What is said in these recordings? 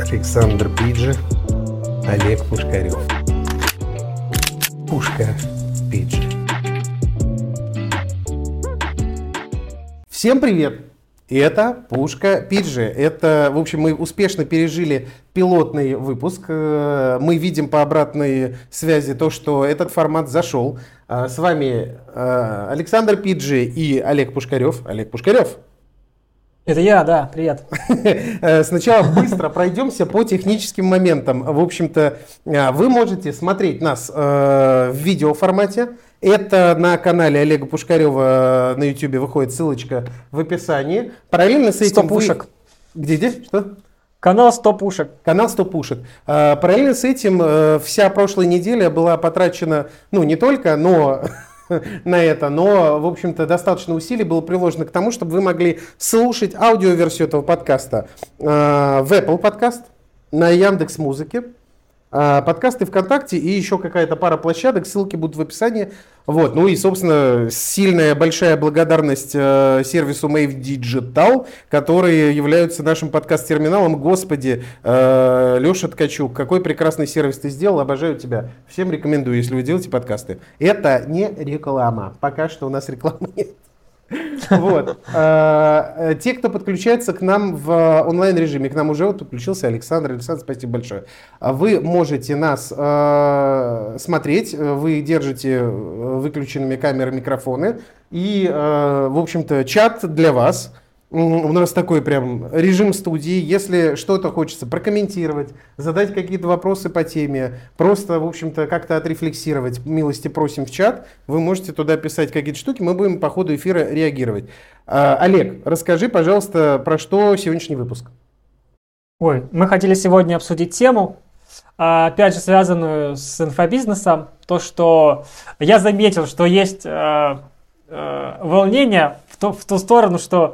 Александр Пиджи, Олег Пушкарев. Пушка Пиджи. Всем привет! И это Пушка Пиджи. Это, в общем, мы успешно пережили пилотный выпуск. Мы видим по обратной связи то, что этот формат зашел. С вами Александр Пиджи и Олег Пушкарев. Олег Пушкарев. Это я, да, привет. Сначала быстро пройдемся по техническим моментам. В общем-то, вы можете смотреть нас в видеоформате. Это на канале Олега Пушкарева на YouTube выходит, ссылочка в описании. Параллельно с этим 100 пушек. Где? Что? Канал 100 пушек. Канал 100 пушек. Параллельно с этим вся прошлая неделя была потрачена, ну не только, но на это, но, в общем-то, достаточно усилий было приложено к тому, чтобы вы могли слушать аудиоверсию этого подкаста в Apple подкаст, на Яндекс.Музыке, подкасты ВКонтакте и еще какая-то пара площадок, ссылки будут в описании. Вот. Ну и, собственно, сильная, большая благодарность сервису Mave Digital, которые являются нашим подкаст-терминалом. Господи, Леша Ткачук, какой прекрасный сервис ты сделал, обожаю тебя. Всем рекомендую, если вы делаете подкасты. Это не реклама, пока что у нас рекламы нет. Вот. Те, кто подключается к нам в онлайн-режиме, к нам уже вот подключился Александр. Александр, спасибо большое. Вы можете нас смотреть, вы держите выключенными камеры, микрофоны. И, в общем-то, чат для вас. У нас такой прям режим студии. Если что-то хочется прокомментировать, задать какие-то вопросы по теме, просто, в общем-то, как-то отрефлексировать, милости просим в чат. Вы можете туда писать какие-то штуки, мы будем по ходу эфира реагировать. Олег, расскажи, пожалуйста, про что сегодняшний выпуск? Ой, мы хотели сегодня обсудить тему, опять же, связанную с инфобизнесом. То, что я заметил, что есть волнение в ту сторону, что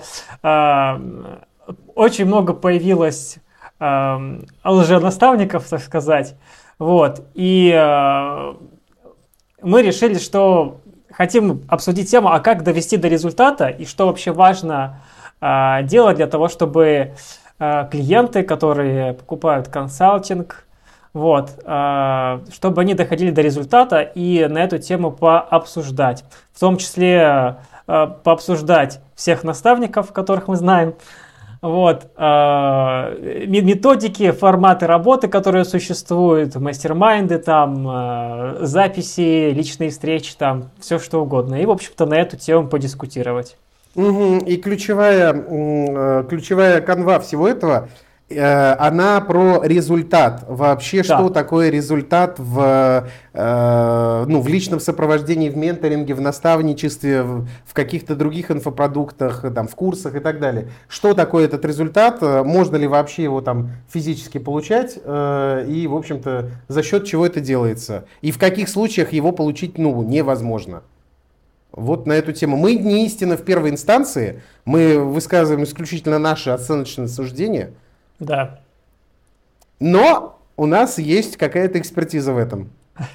очень много появилось лженаставников, так сказать. Вот. И мы решили, что хотим обсудить тему, а как довести до результата, и что вообще важно делать для того, чтобы клиенты, которые покупают консалтинг, вот, чтобы они доходили до результата и на эту тему пообсуждать. В том числе пообсуждать всех наставников, которых мы знаем, вот, методики, форматы работы, которые существуют, мастер-майнды, там, записи, личные встречи, там, все что угодно. И, в общем-то, на эту тему подискутировать. И ключевая канва всего этого, она про результат. Вообще, да. Что такое результат в личном сопровождении, в менторинге, в наставничестве, в каких-то других инфопродуктах, там, в курсах и так далее. Что такое этот результат? Можно ли вообще его там физически получать? И, в общем-то, за счет чего это делается? И в каких случаях его получить, невозможно? Вот на эту тему. Мы не истина в первой инстанции. Мы высказываем исключительно наши оценочные суждения. Да. Но у нас есть какая-то экспертиза в этом.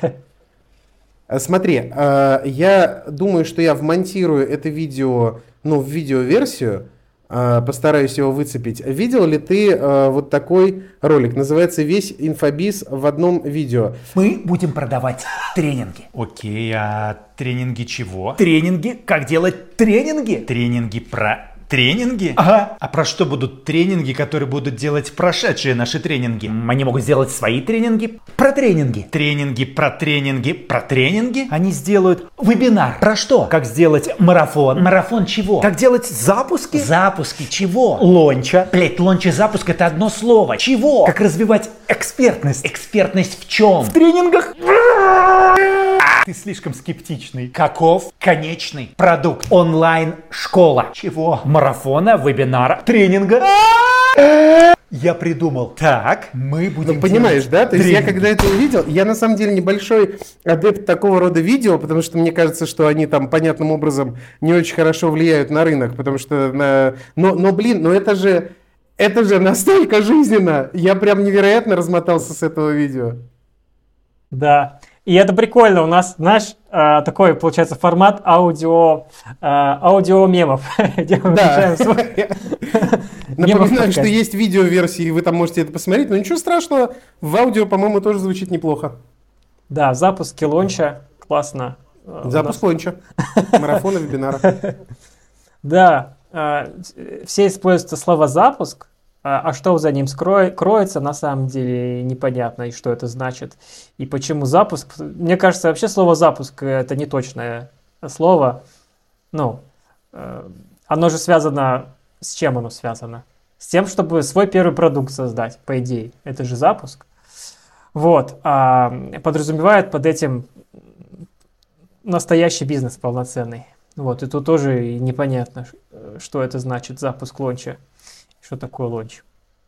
Смотри, я думаю, что я вмонтирую это видео, в видеоверсию, постараюсь его выцепить. Видел ли ты вот такой ролик? Называется «Весь инфобиз в одном видео». Мы будем продавать тренинги. Окей, а тренинги чего? Тренинги? Как делать тренинги? Тренинги про... Тренинги? Ага. А про что будут тренинги, которые будут делать прошедшие наши тренинги? Они могут сделать свои тренинги про тренинги. Тренинги про тренинги про тренинги? Они сделают вебинар. Про что? Как сделать марафон. Марафон чего? Как делать запуски. Запуски чего? Лонча. Блять, лонч и запуск это одно слово. Чего? Как развивать экспертность. Экспертность в чем? В тренингах. Ты слишком скептичный. Каков конечный продукт? Онлайн-школа. Чего? Марафона, вебинара, тренинга. Я придумал. Так, мы будем... понимаешь, да? То есть я когда это увидел, я на самом деле небольшой адепт такого рода видео, потому что мне кажется, что они там понятным образом не очень хорошо влияют на рынок, потому что... Но это же настолько жизненно. Я прям невероятно размотался с этого видео. Да. И это прикольно. У нас наш такой, получается, формат аудио-мемов. Да. Напоминаю, что есть видео-версии, и вы там можете это посмотреть, но ничего страшного, в аудио, по-моему, тоже звучит неплохо. Да, запуски лонча, классно. Запуск лонча, марафона, вебинара. Да, все используют слово «запуск», а что за ним кроется, на самом деле непонятно, и что это значит, и почему запуск. Мне кажется, вообще слово «запуск» — это не точное слово. Ну, оно же связано... С чем оно связано? С тем, чтобы свой первый продукт создать, по идее. Это же запуск. Вот. А подразумевает под этим настоящий бизнес полноценный. Вот. И тут тоже непонятно, что это значит, запуск лонча. Что такое лонч?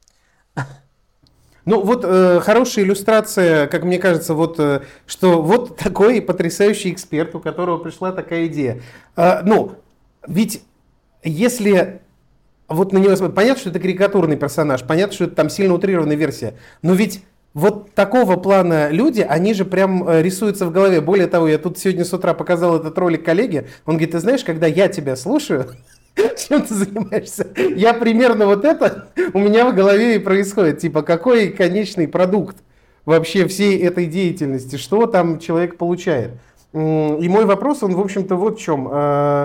Ну вот хорошая иллюстрация, как мне кажется, что вот такой потрясающий эксперт, у которого пришла такая идея. Ведь если... Вот на него смотреть. Понятно, что это карикатурный персонаж, понятно, что это там сильно утрированная версия, но ведь вот такого плана люди, они же прям рисуются в голове. Более того, я тут сегодня с утра показал этот ролик коллеге, он говорит, ты знаешь, когда я тебя слушаю, чем ты занимаешься, я примерно вот это у меня в голове и происходит, типа какой конечный продукт вообще всей этой деятельности, что там человек получает. И мой вопрос, он в общем-то вот в чем...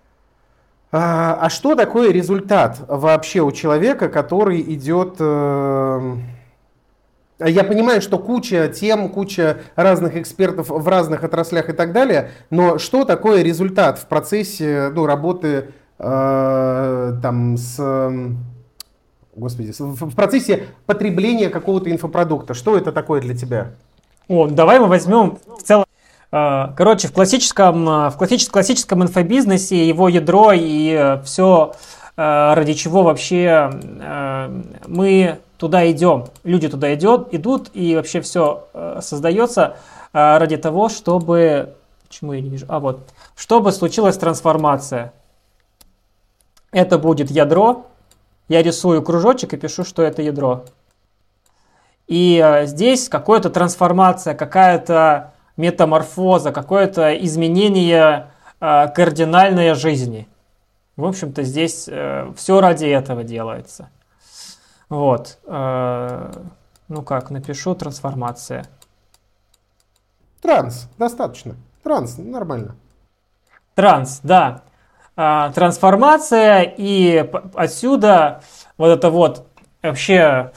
А что такое результат вообще у человека, который идет... Я понимаю, что куча тем, куча разных экспертов в разных отраслях и так далее, но что такое результат в процессе работы в процессе потребления какого-то инфопродукта? Что это такое для тебя? Давай мы возьмем в целом. Короче, в классическом инфобизнесе его ядро и все, ради чего вообще мы туда идем, люди туда идут, и вообще все создается ради того, чтобы... Почему я не вижу? Чтобы случилась трансформация. Это будет ядро. Я рисую кружочек и пишу, что это ядро. И здесь какая-то трансформация, какая-то метаморфоза, какое-то изменение кардинальной жизни. В общем-то, здесь все ради этого делается. Вот. Напишу трансформация. Достаточно. Нормально. Да. Трансформация, и отсюда вот это вот вообще...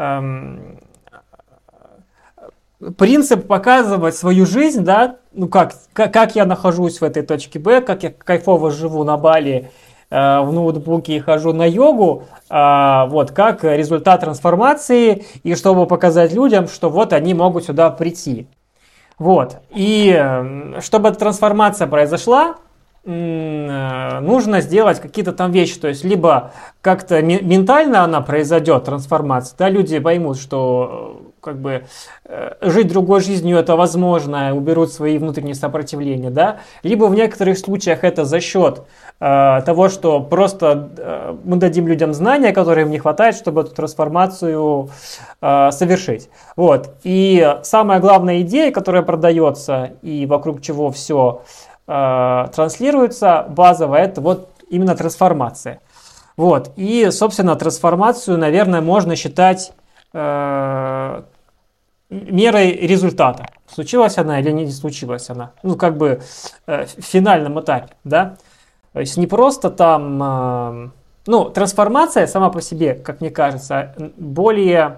принцип показывать свою жизнь, да, как я нахожусь в этой точке Б, как я кайфово живу на Бали в ноутбуке и хожу на йогу, как результат трансформации, и чтобы показать людям, что вот они могут сюда прийти. Вот. И чтобы эта трансформация произошла, нужно сделать какие-то там вещи, то есть либо как-то ментально она произойдет, трансформация, да, люди поймут, что жить другой жизнью это возможно, уберут свои внутренние сопротивления, да, либо в некоторых случаях это за счет того, что просто мы дадим людям знания, которые им не хватает, чтобы эту трансформацию совершить. Вот. И самая главная идея, которая продается и вокруг чего все транслируется базово, это вот именно трансформация. Вот. И, собственно, трансформацию, наверное, можно считать мерой результата. Случилась она или не случилась она. В финальном этапе, да. То есть не просто там... трансформация сама по себе, как мне кажется, более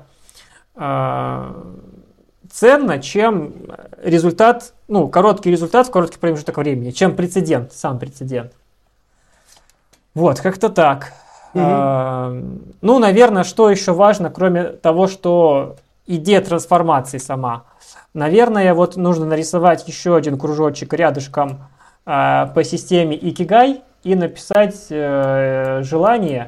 ценна, чем результат, короткий результат в короткий промежуток времени, чем прецедент, сам прецедент. Вот, как-то так. Наверное, что еще важно, кроме того, что идея трансформации сама. Наверное, вот нужно нарисовать еще один кружочек рядышком по системе Икигай и написать желание.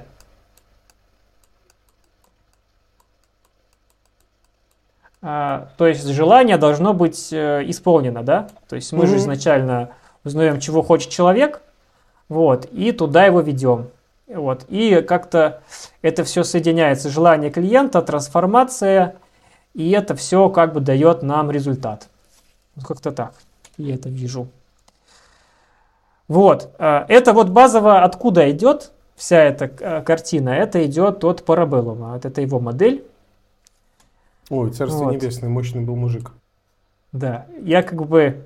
То есть желание должно быть исполнено, да? То есть мы же изначально узнаем, чего хочет человек, вот, и туда его ведем. Вот, и как-то это все соединяется. Желание клиента, трансформация, и это все дает нам результат. Вот как-то так я это вижу. Вот. Это вот базово откуда идет вся эта картина? Это идет от Парабеллума. Вот это его модель. Ой, царство Вот. небесное, мощный был мужик. Да. Я как бы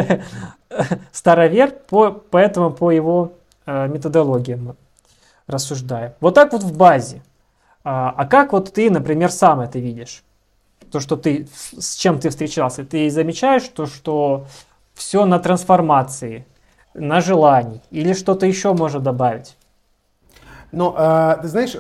старовер, поэтому по его методологиям рассуждаю. Вот так вот в базе. А как вот ты, например, сам это видишь? То, что ты, с чем ты встречался, ты замечаешь то, что все на трансформации, на желании, или что-то еще можно добавить? Но, ты знаешь,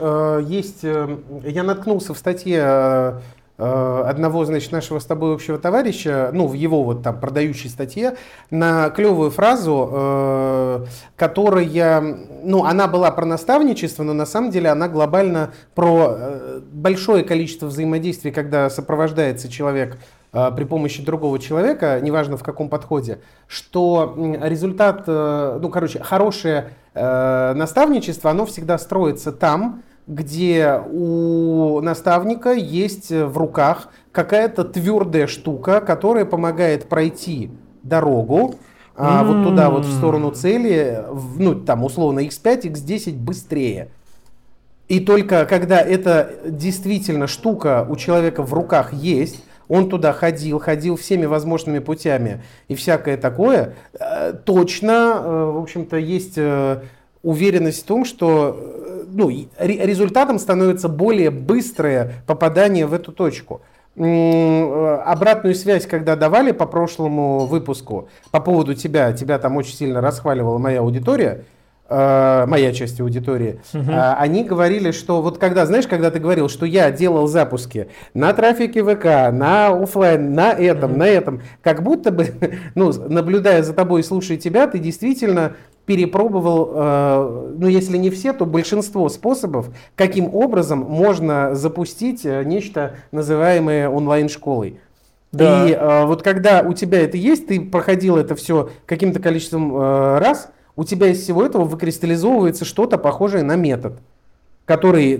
я наткнулся в статье одного, значит, нашего с тобой общего товарища, ну, в его вот там продающей статье, на клевую фразу, которая, ну, она была про наставничество, но на самом деле она глобально про большое количество взаимодействий, когда сопровождается человек при помощи другого человека, неважно в каком подходе, что результат, ну, короче, хорошее наставничество, оно всегда строится там, где у наставника есть в руках какая-то твердая штука, которая помогает пройти дорогу вот туда, вот в сторону цели, ну, там, условно, x5, x10 быстрее. И только когда эта действительно штука у человека в руках есть, он туда ходил всеми возможными путями и всякое такое, точно, в общем-то, есть уверенность в том, что ну, результатом становится более быстрое попадание в эту точку. Обратную связь, когда давали по прошлому выпуску по поводу тебя там очень сильно расхваливала моя аудитория, моя часть аудитории, они говорили, что вот когда, знаешь, когда ты говорил, что я делал запуски на трафике ВК, на офлайн, на этом, как будто бы, ну, наблюдая за тобой и слушая тебя, ты действительно перепробовал, ну, если не все, то большинство способов, каким образом можно запустить нечто, называемое онлайн-школой. Да. И вот когда у тебя это есть, ты проходил это все каким-то количеством раз, у тебя из всего этого выкристаллизовывается что-то похожее на метод, который,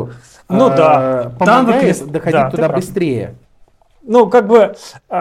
да. помогает доходить туда быстрее. Ну, как бы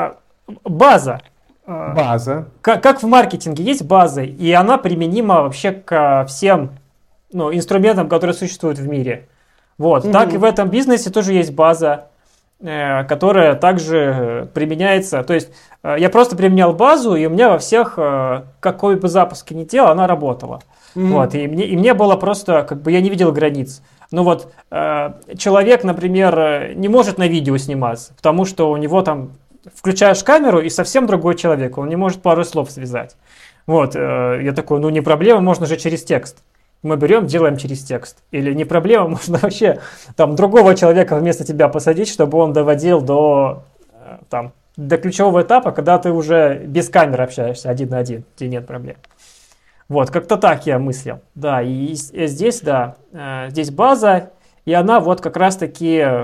база. База. Как в маркетинге есть база, и она применима вообще ко всем инструментам, которые существуют в мире. Вот. Так и в этом бизнесе тоже есть база, которая также применяется. То есть я просто применял базу, и у меня во всех, какой бы запуск ни делал, она работала. Вот. И мне было просто, как бы я не видел границ. Ну вот, человек, например, не может на видео сниматься, потому что у него там включаешь камеру, и совсем другой человек, он не может пару слов связать. Вот, я такой, не проблема, можно же через текст. Мы берем, делаем через текст. Или не проблема, можно вообще там другого человека вместо тебя посадить, чтобы он доводил до ключевого этапа, когда ты уже без камеры общаешься один на один, где нет проблем. Вот, как-то так я мыслил. Да, и здесь, здесь база, и она вот как раз-таки...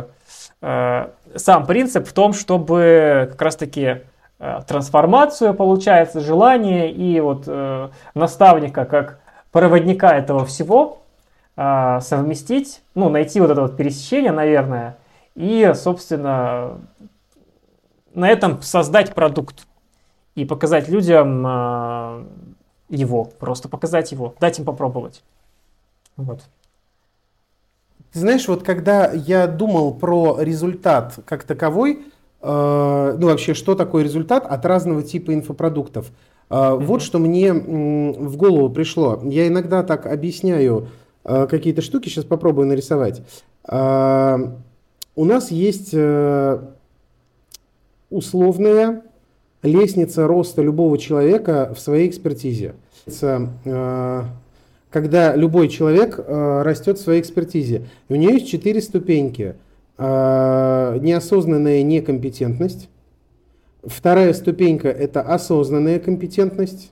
сам принцип в том, чтобы как раз-таки трансформацию, получается, желание и вот наставника как проводника этого всего совместить, найти вот это вот пересечение, наверное, и, собственно, на этом создать продукт и показать людям его, просто показать его, дать им попробовать. Вот. Ты знаешь, вот когда я думал про результат как таковой, вообще, что такое результат от разного типа инфопродуктов, вот что мне в голову пришло. Я иногда так объясняю какие-то штуки, сейчас попробую нарисовать. У нас есть условная лестница роста любого человека в своей экспертизе. Когда любой человек растет в своей экспертизе. И у нее есть 4 ступеньки. Неосознанная некомпетентность. Вторая ступенька – это осознанная компетентность.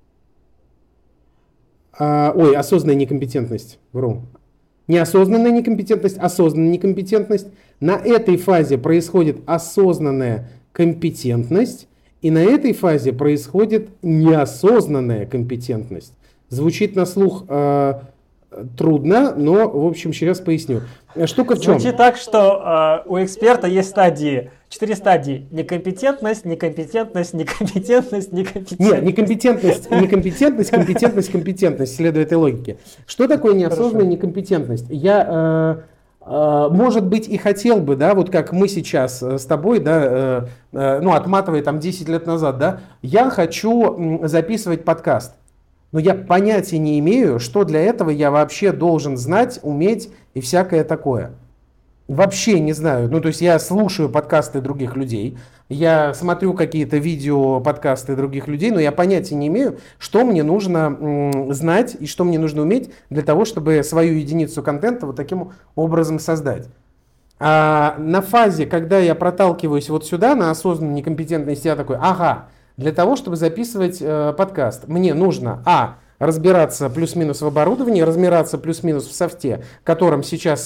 Осознанная некомпетентность. Вру. Неосознанная некомпетентность, осознанная некомпетентность. На этой фазе происходит осознанная компетентность. И на этой фазе происходит неосознанная компетентность. Звучит на слух трудно, но, в общем, сейчас поясню. Штука в чем? Звучит так, что у эксперта есть стадии, 4 стадии. Некомпетентность, некомпетентность, некомпетентность, некомпетентность. Нет, некомпетентность, компетентность, следуя этой логике. Что такое неосознанная некомпетентность? Я, может быть, и хотел бы, да, вот как мы сейчас с тобой, да, отматывая там 10 лет назад, да, я хочу записывать подкаст. Но я понятия не имею, что для этого я вообще должен знать, уметь и всякое такое. Вообще не знаю. Ну, то есть я слушаю подкасты других людей, я смотрю какие-то видео, подкасты других людей, но я понятия не имею, что мне нужно знать и что мне нужно уметь для того, чтобы свою единицу контента вот таким образом создать. А на фазе, когда я проталкиваюсь вот сюда, на осознанную некомпетентность, я такой, ага, для того, чтобы записывать подкаст, мне нужно, разбираться плюс-минус в оборудовании, разбираться плюс-минус в софте, которым сейчас,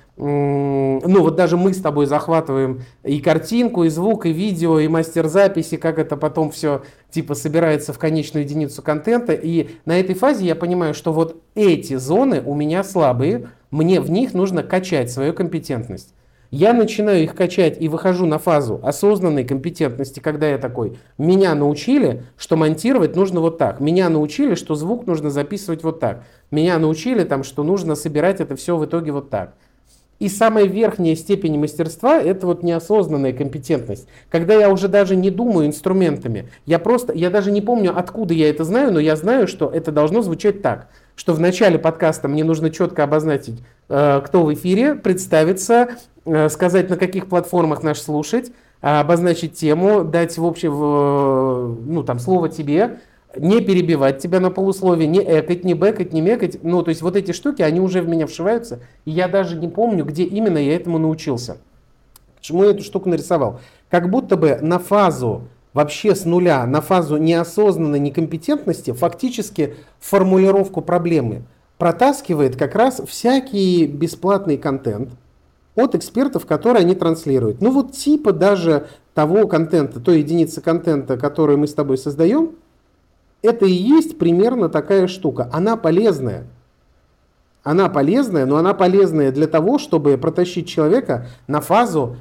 вот даже мы с тобой захватываем и картинку, и звук, и видео, и мастер-записи, как это потом все типа собирается в конечную единицу контента. И на этой фазе я понимаю, что вот эти зоны у меня слабые, мне в них нужно качать свою компетентность. Я начинаю их качать и выхожу на фазу осознанной компетентности, когда я такой, меня научили, что монтировать нужно вот так, меня научили, что звук нужно записывать вот так, меня научили, там, что нужно собирать это все в итоге вот так. И самая верхняя степень мастерства – это вот неосознанная компетентность. Когда я уже даже не думаю инструментами, я даже не помню, откуда я это знаю, но я знаю, что это должно звучать так, что в начале подкаста мне нужно четко обозначить, кто в эфире, представиться, сказать, на каких платформах нас слушать, обозначить тему, дать в общем, слово тебе, не перебивать тебя на полусловие, не экать, не бэкать, не мекать. То есть вот эти штуки, они уже в меня вшиваются, и я даже не помню, где именно я этому научился. Почему я эту штуку нарисовал? Как будто бы на фазу вообще с нуля, на фазу неосознанной некомпетентности, фактически формулировку проблемы протаскивает как раз всякий бесплатный контент от экспертов, которые они транслируют. Типа даже того контента, той единицы контента, которую мы с тобой создаем, это и есть примерно такая штука. Она полезная. Она полезная, но она полезная для того, чтобы протащить человека на фазу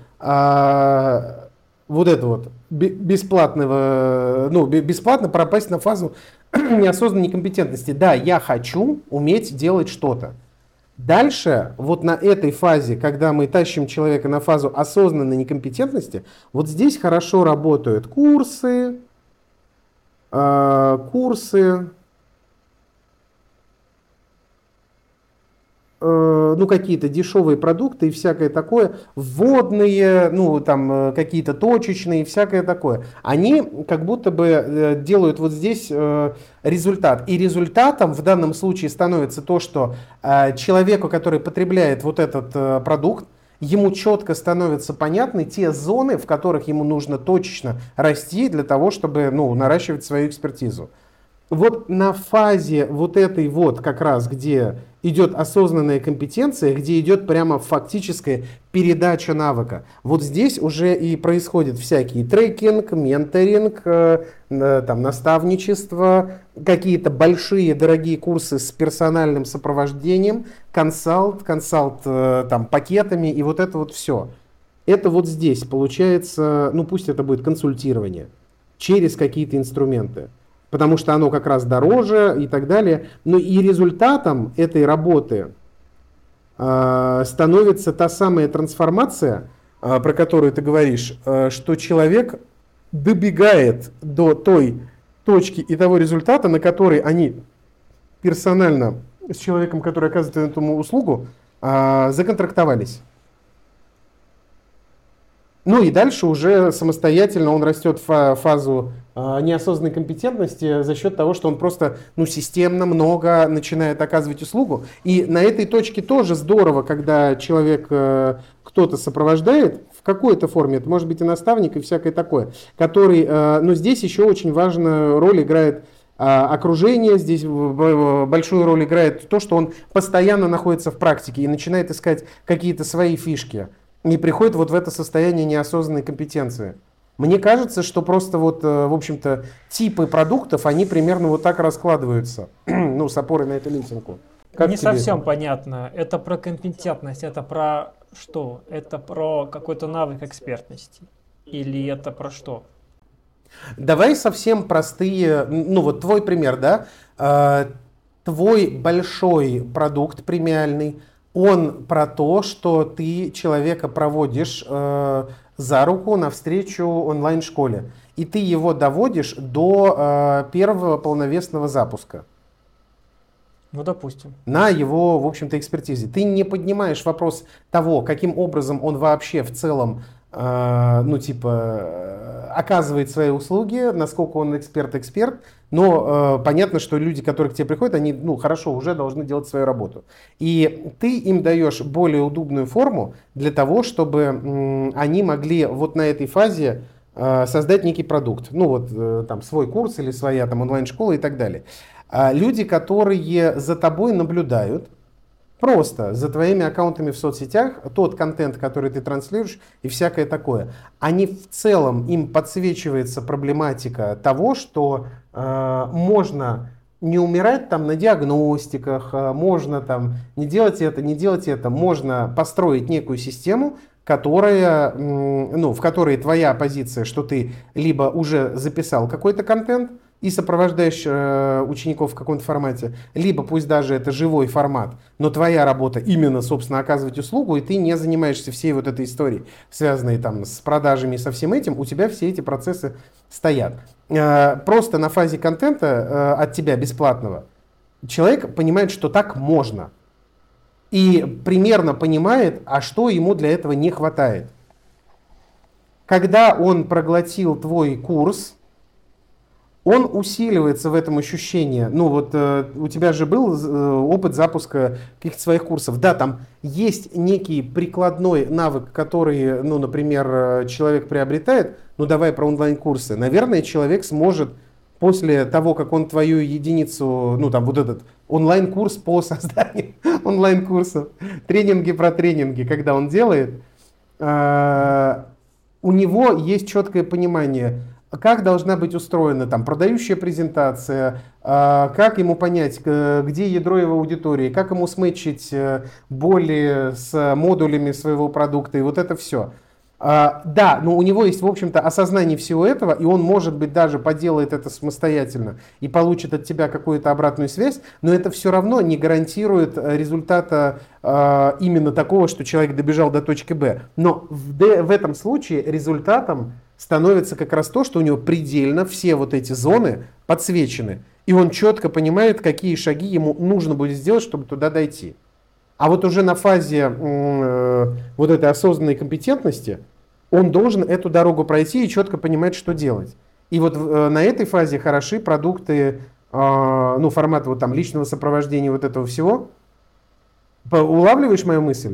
бесплатно пропасть на фазу неосознанной некомпетентности. Да, я хочу уметь делать что-то. Дальше, вот на этой фазе, когда мы тащим человека на фазу осознанной некомпетентности, вот здесь хорошо работают курсы, какие-то дешевые продукты и всякое такое, вводные, какие-то точечные и всякое такое. Они как будто бы делают вот здесь результат. И результатом в данном случае становится то, что человеку, который потребляет вот этот продукт, ему четко становятся понятны те зоны, в которых ему нужно точечно расти для того, чтобы наращивать свою экспертизу. Вот на фазе вот этой вот как раз, где идет осознанная компетенция, где идет прямо фактическая передача навыка. Вот здесь уже и происходит всякий трекинг, менторинг, наставничество, какие-то большие дорогие курсы с персональным сопровождением, консалт пакетами и вот это вот все. Это вот здесь получается, пусть это будет консультирование через какие-то инструменты. Потому что оно как раз дороже и так далее. Но и результатом этой работы становится та самая трансформация, про которую ты говоришь, что человек добегает до той точки и того результата, на который они персонально с человеком, который оказывает эту услугу, законтрактовались. И дальше уже самостоятельно он растет в фазу неосознанной компетентности за счет того, что он просто системно много начинает оказывать услугу. И на этой точке тоже здорово, когда человек кто-то сопровождает в какой-то форме, это может быть и наставник, и всякое такое, который, но здесь еще очень важную роль играет окружение, здесь большую роль играет то, что он постоянно находится в практике и начинает искать какие-то свои фишки. И приходит вот в это состояние неосознанной компетенции. Мне кажется, что просто в общем-то, типы продуктов, они примерно вот так раскладываются, с опорой на эту лесенку. Как Не тебе совсем это? понятно. Это про компетентность, это про что? Это про какой-то навык экспертности? Или это про что? Давай совсем простые, ну вот твой пример, да? Твой большой продукт премиальный, он про то, что ты человека проводишь за руку навстречу онлайн-школе, и ты его доводишь до первого полновесного запуска Ну, допустим. на его, в общем-то, экспертизе. Ты не поднимаешь вопрос того, каким образом он вообще в целом, ну, типа, оказывает свои услуги, насколько он эксперт-эксперт, но понятно, что люди, которые к тебе приходят, они, ну, хорошо, уже должны делать свою работу. И ты им даешь более удобную форму для того, чтобы они могли вот на этой фазе создать некий продукт. Ну, вот там свой курс или своя там онлайн-школа и так далее. Люди, которые за тобой наблюдают, просто за твоими аккаунтами в соцсетях, тот контент, который ты транслируешь и всякое такое, они в целом, им подсвечивается проблематика того, что можно не умирать там на диагностиках, можно там не делать это, не делать это, можно построить некую систему, которая, ну, в которой твоя позиция, что ты либо уже записал какой-то контент и сопровождаешь учеников в каком-то формате, либо пусть даже это живой формат, но твоя работа именно, собственно, оказывать услугу, и ты не занимаешься всей вот этой историей, связанной там с продажами и со всем этим, у тебя все эти процессы стоят. Просто на фазе контента от тебя бесплатного человек понимает, что так можно. И примерно понимает, а что ему для этого не хватает. Когда он проглотил твой курс, он усиливается в этом ощущении. Ну вот у тебя же был опыт запуска каких-то своих курсов. Да, там есть некий прикладной навык, который, ну, например, человек приобретает. Ну давай про онлайн-курсы. Наверное, человек сможет после того, как он твою единицу, ну там вот этот онлайн-курс по созданию онлайн-курсов, тренинги про тренинги, когда он делает, у него есть четкое понимание, как должна быть устроена там продающая презентация, как ему понять, где ядро его аудитории, как ему сметчить боли с модулями своего продукта и вот это все. Да, но у него есть, в общем-то, осознание всего этого, и он, может быть, даже поделает это самостоятельно и получит от тебя какую-то обратную связь, но это все равно не гарантирует результата именно такого, что человек добежал до точки Б. Но в этом случае результатом становится как раз то, что у него предельно все вот эти зоны подсвечены, и он четко понимает, какие шаги ему нужно будет сделать, чтобы туда дойти. А вот уже на фазе вот этой осознанной компетентности он должен эту дорогу пройти и четко понимать, что делать. И вот на этой фазе хороши продукты, ну, формата вот там личного сопровождения вот этого всего. Улавливаешь мою мысль?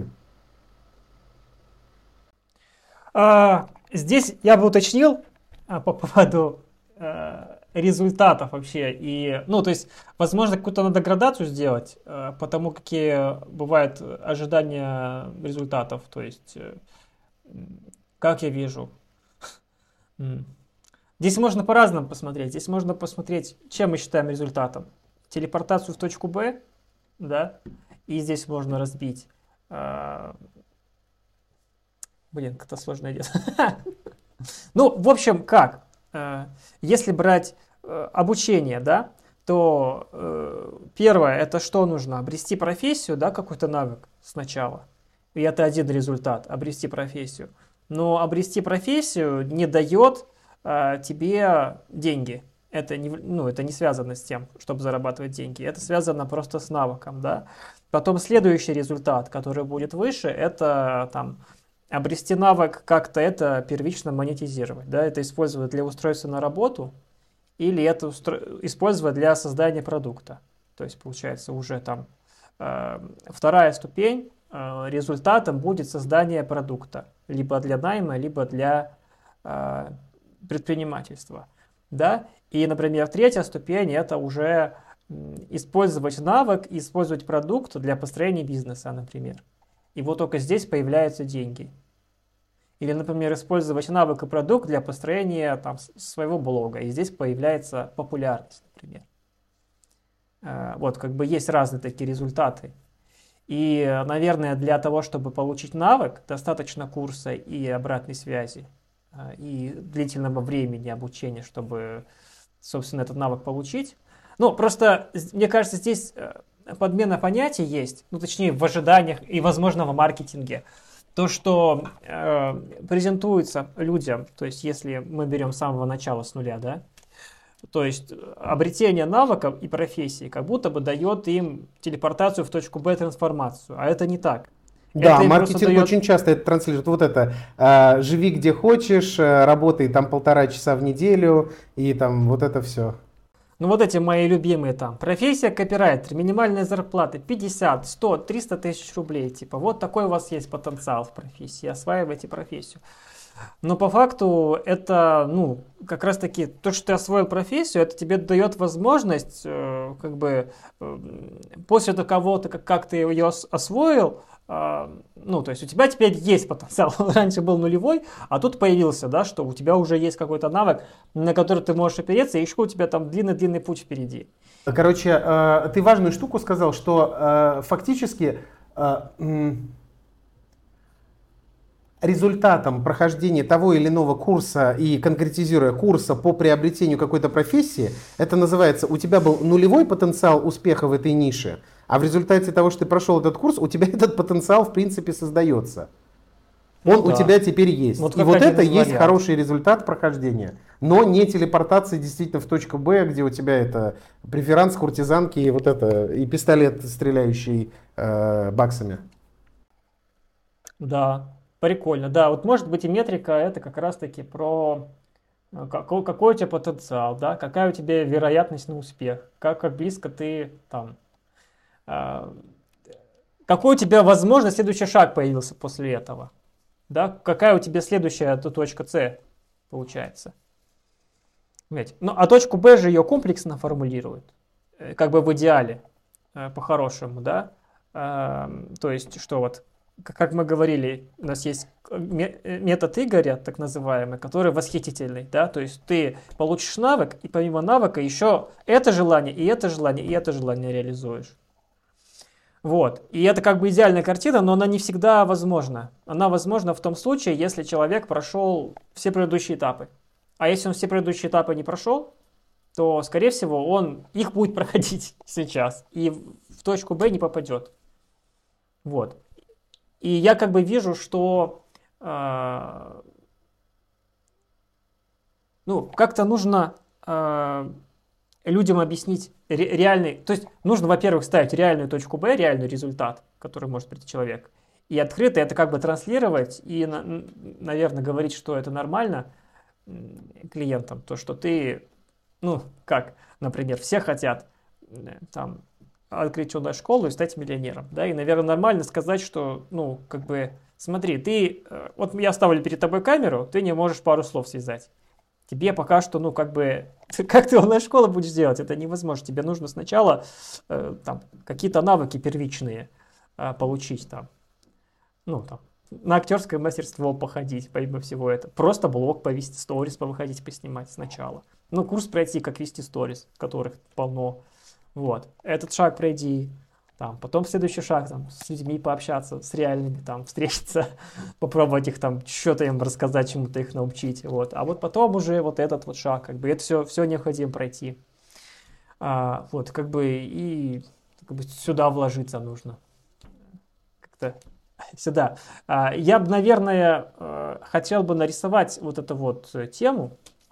Здесь я бы уточнил по поводу результатов вообще. И, ну, то есть, возможно, какую-то надо градацию сделать по тому, какие бывают ожидания результатов. То есть, как я вижу. Здесь можно по-разному посмотреть. Здесь можно посмотреть, чем мы считаем результатом. Телепортацию в точку Б, да, и здесь можно разбить. Блин, как-то сложно идет. Ну, в общем, как? Если брать обучение, да, то первое, это что нужно? Обрести профессию, да, какой-то навык сначала. И это один результат, обрести профессию. Но обрести профессию не дает тебе деньги. Это не, ну, это не связано с тем, чтобы зарабатывать деньги. Это связано просто с навыком, да. Потом следующий результат, который будет выше, это там обрести навык как-то это первично монетизировать, да, это использовать для устройства на работу или это использовать для создания продукта. То есть получается уже там вторая ступень, результатом будет создание продукта, либо для найма, либо для предпринимательства, да. И, например, третья ступень это уже использовать навык, использовать продукт для построения бизнеса, например. И вот только здесь появляются деньги. Или, например, использовать навык и продукт для построения там, своего блога. И здесь появляется популярность, например. Вот, как бы есть разные такие результаты. И, наверное, для того, чтобы получить навык, достаточно курса и обратной связи, и длительного времени обучения, чтобы, собственно, этот навык получить. Ну, просто, мне кажется, здесь подмена понятий есть, ну, точнее, в ожиданиях и, возможно, в маркетинге. То, что презентуется людям, то есть, если мы берем с самого начала, с нуля, да, то есть обретение навыков и профессии как будто бы дает им телепортацию в точку Б, трансформацию, а это не так. Да, Это маркетинг дает... очень часто это транслирует. Вот это, живи где хочешь, работай там 1,5 часа в неделю, и там вот это все. Ну вот эти мои любимые там. Профессия копирайтер, минимальная зарплата 50, 100, 300 тысяч рублей. Типа вот такой у вас есть потенциал в профессии, осваивайте профессию. Но по факту это, ну, как раз таки то, что ты освоил профессию, это тебе дает возможность, как бы, после того, как ты ее освоил, ну, то есть у тебя теперь есть потенциал, он раньше был нулевой, а тут появился, да, что у тебя уже есть какой-то навык, на который ты можешь опереться, и еще у тебя там длинный-длинный путь впереди. Короче, ты важную штуку сказал, что фактически результатом прохождения того или иного курса и конкретизируя курса по приобретению какой-то профессии, это называется, у тебя был нулевой потенциал успеха в этой нише, а в результате того, что ты прошел этот курс, у тебя этот потенциал в принципе создается. Он у тебя теперь есть. Вот и вот это есть вариант. хороший результат прохождения. Но не телепортация действительно в точку Б, где у тебя это преферанс, куртизанки и вот это, и пистолет, стреляющий баксами. Да, прикольно. Да, вот может быть и метрика это как раз-таки про какой у тебя потенциал, да, какая у тебя вероятность на успех, как близко ты там, какой у тебя, возможно, следующий шаг появился после этого, да, какая у тебя следующая точка С получается. Понимаете? Ну, а точку Б же ее комплексно формулируют, как бы в идеале, по-хорошему, да, то есть, что вот, как мы говорили, у нас есть метод Игоря, так называемый, который восхитительный, да, то есть ты получишь навык, и помимо навыка еще это желание, и это желание, и это желание реализуешь. Вот, и это как бы идеальная картина, но она не всегда возможна. Она возможна в том случае, если человек прошел все предыдущие этапы. А если он все предыдущие этапы не прошел, то, скорее всего, он их будет проходить сейчас и в точку Б не попадет. Вот. И я как бы вижу, что ну, как-то нужно людям объяснить реальный, то есть нужно, во-первых, ставить реальную точку Б, реальный результат, который может прийти человек, и открыто это как бы транслировать и, наверное, говорить, что это нормально клиентам, то, что ты, ну, как, например, все хотят там открыть онлайн-школу и стать миллионером, да, и, наверное, нормально сказать, что, ну, как бы, смотри, ты, вот я ставлю перед тобой камеру, ты не можешь пару слов связать. Тебе пока что, ну, как бы, как ты онлайн-школу будешь делать, это невозможно. Тебе нужно сначала там какие-то навыки первичные получить там, ну, там, на актерское мастерство походить, помимо всего этого. Просто блог повести, сторис повыходить, поснимать сначала. Ну, курс пройти, как вести сторис, которых полно. Вот, этот шаг пройди, там, потом следующий шаг, там, с людьми пообщаться, с реальными, там, встретиться, попробовать их там, что-то им рассказать, чему-то их научить, вот. А вот потом уже вот этот вот шаг, как бы, это все необходимо пройти. Вот, как бы, и как бы сюда вложиться нужно. Как-то сюда. Я бы, наверное, хотел бы нарисовать вот эту вот тему.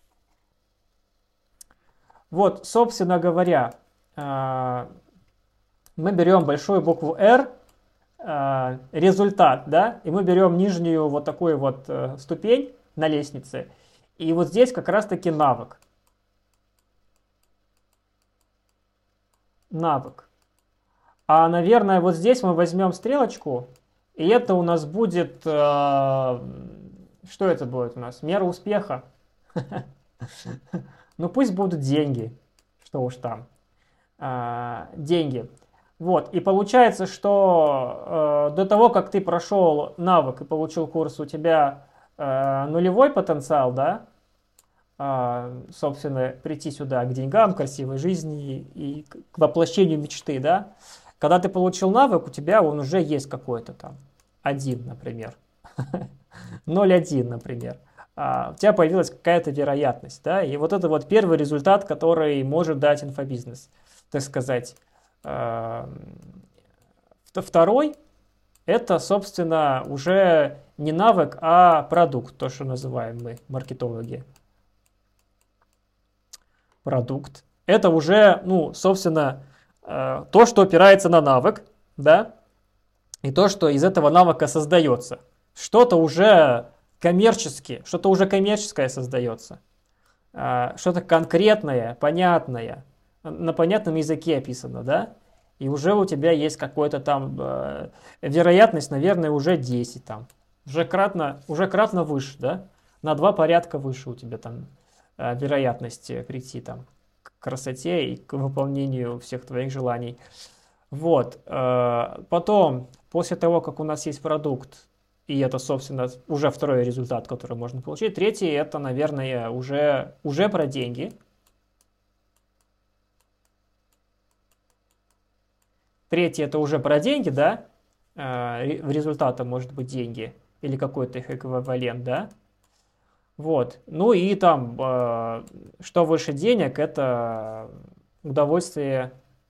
Вот, собственно говоря, мы берем большую букву R, результат, да, и мы берем нижнюю вот такую вот ступень на лестнице, и вот здесь как раз-таки навык. Навык. А, наверное, вот здесь мы возьмем стрелочку, и это у нас будет, что это будет у нас? Мера успеха. Ну пусть будут деньги, что уж там. Деньги. Вот, и получается, что до того, как ты прошел навык и получил курс, у тебя нулевой потенциал, да, собственно, прийти сюда к деньгам, к красивой жизни и к воплощению мечты, да? Когда ты получил навык, у тебя он уже есть какой-то там, 1, например, 0,1, например. У тебя появилась какая-то вероятность, да? И вот это вот первый результат, который может дать инфобизнес, так сказать. Второй, это, собственно, уже не навык, а продукт, то, что называем мы, маркетологи. Продукт. Это уже, ну, собственно, то, что опирается на навык, да, и то, что из этого навыка создается. Что-то уже коммерческое создается. Что-то конкретное, понятное, на понятном языке описано, да, и уже у тебя есть какой-то там вероятность, наверное, уже 10 там, уже кратно выше, да, на 2 порядка выше у тебя там вероятность прийти там к красоте и к выполнению всех твоих желаний. Вот. Потом, после того, как у нас есть продукт, и это, собственно, уже второй результат, который можно получить. Третий, это, наверное, уже про деньги. Третий, это уже про деньги, да? Результатом может быть деньги или какой-то их эквивалент, да? Вот. Ну и там, что выше денег, это удовольствие.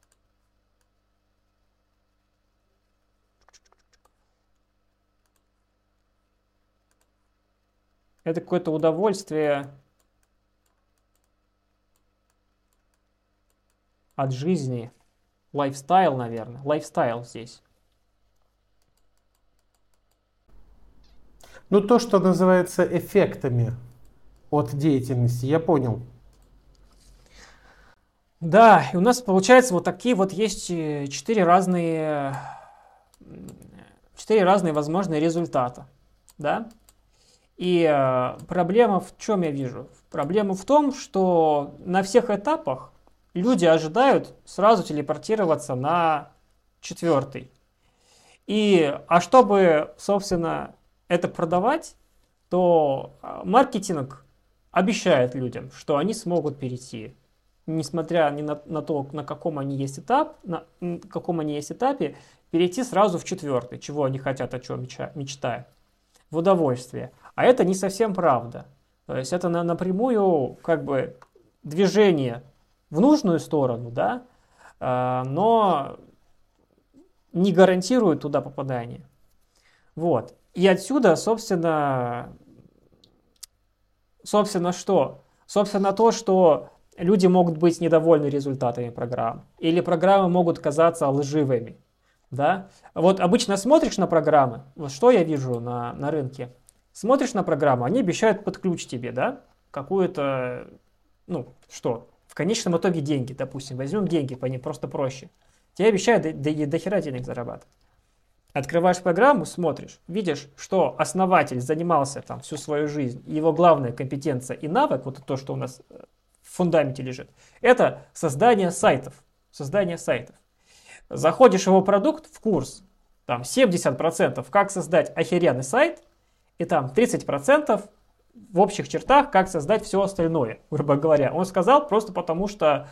Это какое-то удовольствие от жизни. Лайфстайл, наверное. Лайфстайл здесь. Ну, то, что называется эффектами от деятельности, я понял. Да, и у нас получается вот такие вот есть 4 разные возможные результата, да? И проблема в чем я вижу? Проблема в том, что на всех этапах люди ожидают сразу телепортироваться на 4. А чтобы, собственно, это продавать, то маркетинг обещает людям, что они смогут перейти, несмотря ни на то, на каком они есть этапе, перейти сразу в 4, чего они хотят, о чем мечтают, в удовольствие. А это не совсем правда. То есть это напрямую как бы движение в нужную сторону, да, но не гарантирует туда попадание. Вот. И отсюда, собственно, что? Собственно, то, что люди могут быть недовольны результатами программ, или программы могут казаться лживыми. Да? Вот обычно смотришь на программы, вот что я вижу на рынке. Смотришь на программу, они обещают под ключ тебе, да, какую-то, ну, что, в конечном итоге деньги, допустим, возьмем деньги, по ним просто проще. Тебе обещают до хера денег зарабатывать. Открываешь программу, смотришь, видишь, что основатель занимался там всю свою жизнь, его главная компетенция и навык, вот то, что у нас в фундаменте лежит, это создание сайтов. Заходишь в его продукт, в курс, там 70% как создать охеренный сайт, и там 30% в общих чертах, как создать все остальное, грубо говоря. Он сказал просто потому, что,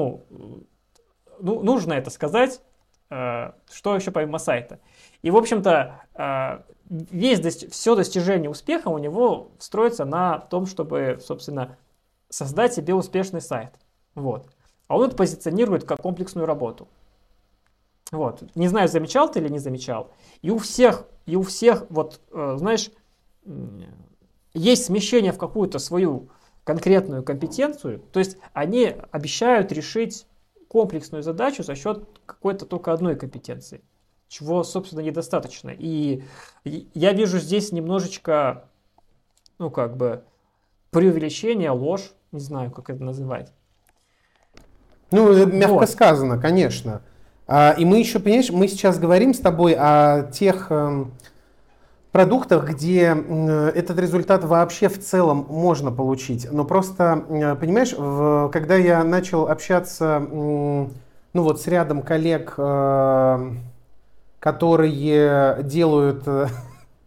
нужно это сказать, что еще помимо сайта. И, в общем-то, все достижение успеха у него строится на том, чтобы, собственно, создать себе успешный сайт. Вот. А он это позиционирует как комплексную работу. Вот. Не знаю, замечал ты или не замечал. И у всех, вот, знаешь, есть смещение в какую-то свою конкретную компетенцию. То есть они обещают решить комплексную задачу за счет какой-то только одной компетенции, чего, собственно, недостаточно. И я вижу здесь немножечко, преувеличение, ложь, не знаю, как это называть. Мягко сказано, конечно. И мы еще, понимаешь, мы сейчас говорим с тобой о тех продуктах, где этот результат вообще в целом можно получить. Но просто, понимаешь, когда я начал общаться с рядом коллег, которые делают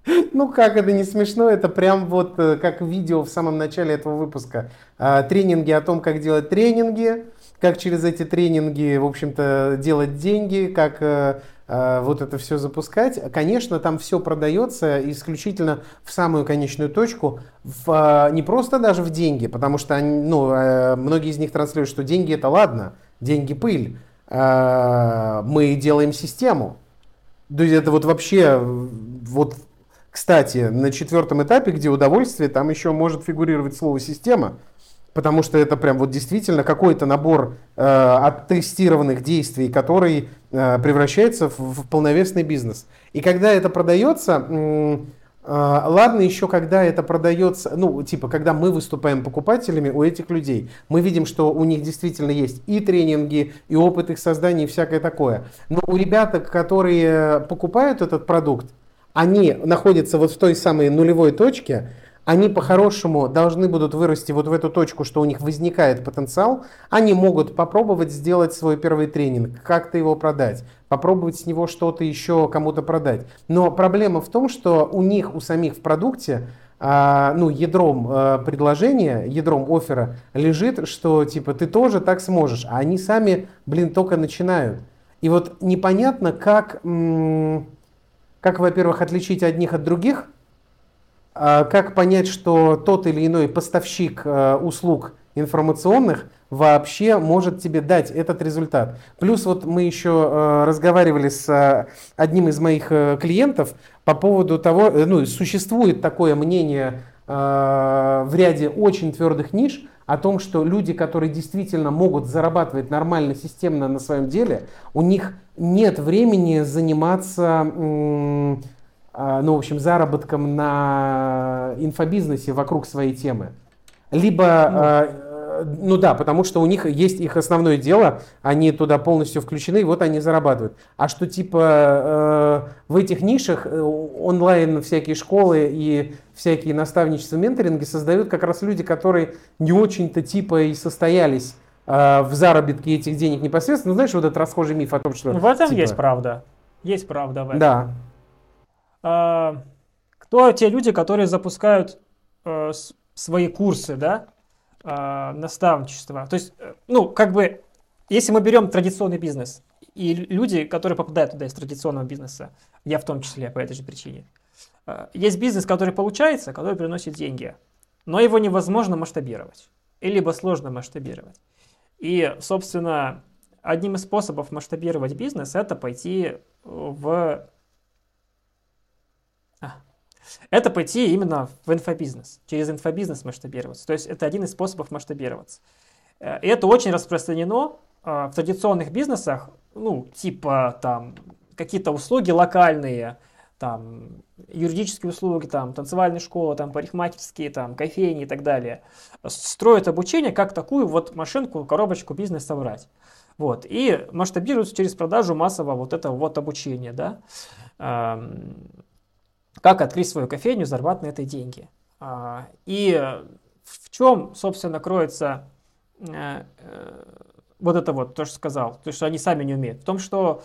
Ну как это не смешно, это прям вот как видео в самом начале этого выпуска. Тренинги о том, как делать тренинги, как через эти тренинги, в общем-то, делать деньги, как вот это все запускать. Конечно, там все продается исключительно в самую конечную точку, не просто даже в деньги, потому что многие из них транслируют, что деньги это ладно, деньги пыль. Мы делаем систему. То есть это вот вообще, вот, кстати, на 4-м этапе, где удовольствие, там еще может фигурировать слово «система», потому что это прям вот действительно какой-то набор оттестированных действий, который превращается в полновесный бизнес. И когда это продается, ладно еще, когда это продается, когда мы выступаем покупателями у этих людей, мы видим, что у них действительно есть и тренинги, и опыт их создания, и всякое такое. Но у ребят, которые покупают этот продукт, они находятся вот в той самой нулевой точке, они по-хорошему должны будут вырасти вот в эту точку, что у них возникает потенциал, они могут попробовать сделать свой первый тренинг, как-то его продать, попробовать с него что-то еще кому-то продать. Но проблема в том, что у них, у самих в продукте, ядром предложения, ядром оффера лежит, что типа ты тоже так сможешь, а они сами, только начинают. И вот непонятно, как во-первых, отличить одних от других, как понять, что тот или иной поставщик услуг информационных вообще может тебе дать этот результат. Плюс вот мы еще разговаривали с одним из моих клиентов по поводу того, существует такое мнение в ряде очень твердых ниш о том, что люди, которые действительно могут зарабатывать нормально, системно на своем деле, у них нет времени заниматься заработком на инфобизнесе вокруг своей темы. Либо, потому что у них есть их основное дело, они туда полностью включены, и вот они зарабатывают. А что в этих нишах онлайн всякие школы и всякие наставничества, менторинги создают как раз люди, которые не очень-то и состоялись в заработке этих денег непосредственно. Знаешь, вот этот расхожий миф о том, что... В этом есть правда. Есть правда в этом. Да. Кто те люди, которые запускают свои курсы, да, наставничество? То есть, если мы берем традиционный бизнес, и люди, которые попадают туда из традиционного бизнеса, я в том числе по этой же причине, есть бизнес, который получается, который приносит деньги, но его невозможно масштабировать, и либо сложно масштабировать. И, собственно, одним из способов масштабировать бизнес – это пойти именно в инфобизнес, через инфобизнес масштабироваться. То есть это один из способов масштабироваться. И это очень распространено в традиционных бизнесах, какие-то услуги локальные, юридические услуги, танцевальные школы, парикмахерские, кофейни и так далее. Строят обучение, как такую вот машинку, коробочку бизнес собрать. Вот. И масштабируются через продажу массового вот этого вот обучения, да. Как открыть свою кофейню, зарабатывать на этой деньги. И в чем, собственно, кроется вот это вот, то, что сказал, то, что они сами не умеют. В том, что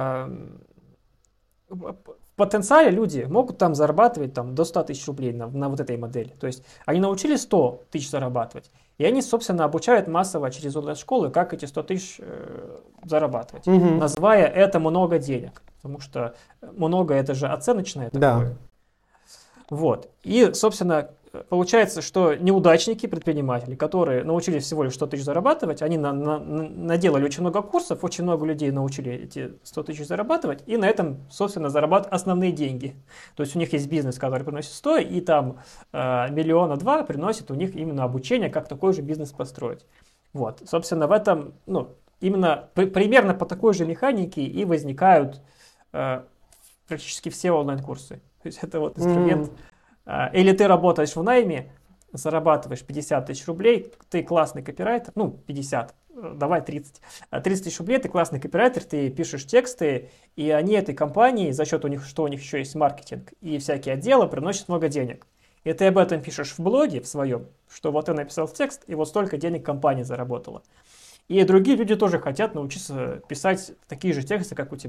в потенциале люди могут там зарабатывать до 100 тысяч рублей на вот этой модели. То есть они научились 100 тысяч зарабатывать, и они, собственно, обучают массово через онлайн-школы, как эти 100 тысяч зарабатывать, называя это много денег. Потому что много это же оценочное такое. Да. Вот. И, собственно, получается, что неудачники, предприниматели, которые научились всего лишь 100 тысяч зарабатывать, они наделали очень много курсов, очень много людей научили эти 100 тысяч зарабатывать, и на этом, собственно, зарабатывают основные деньги. То есть у них есть бизнес, который приносит 100, и там 1-2 миллиона приносит у них именно обучение, как такой же бизнес построить. Вот. Собственно, в этом, именно примерно по такой же механике и возникают практически все онлайн-курсы. То есть это вот инструмент. Или ты работаешь в найме, зарабатываешь 50 тысяч рублей, ты классный копирайтер, 50, давай 30. 30 тысяч рублей, ты классный копирайтер, ты пишешь тексты, и они этой компании, за счет что у них еще есть маркетинг и всякие отделы, приносят много денег. И ты об этом пишешь в блоге в своем, что вот ты написал текст, и вот столько денег компания заработала. И другие люди тоже хотят научиться писать такие же тексты, как у тебя.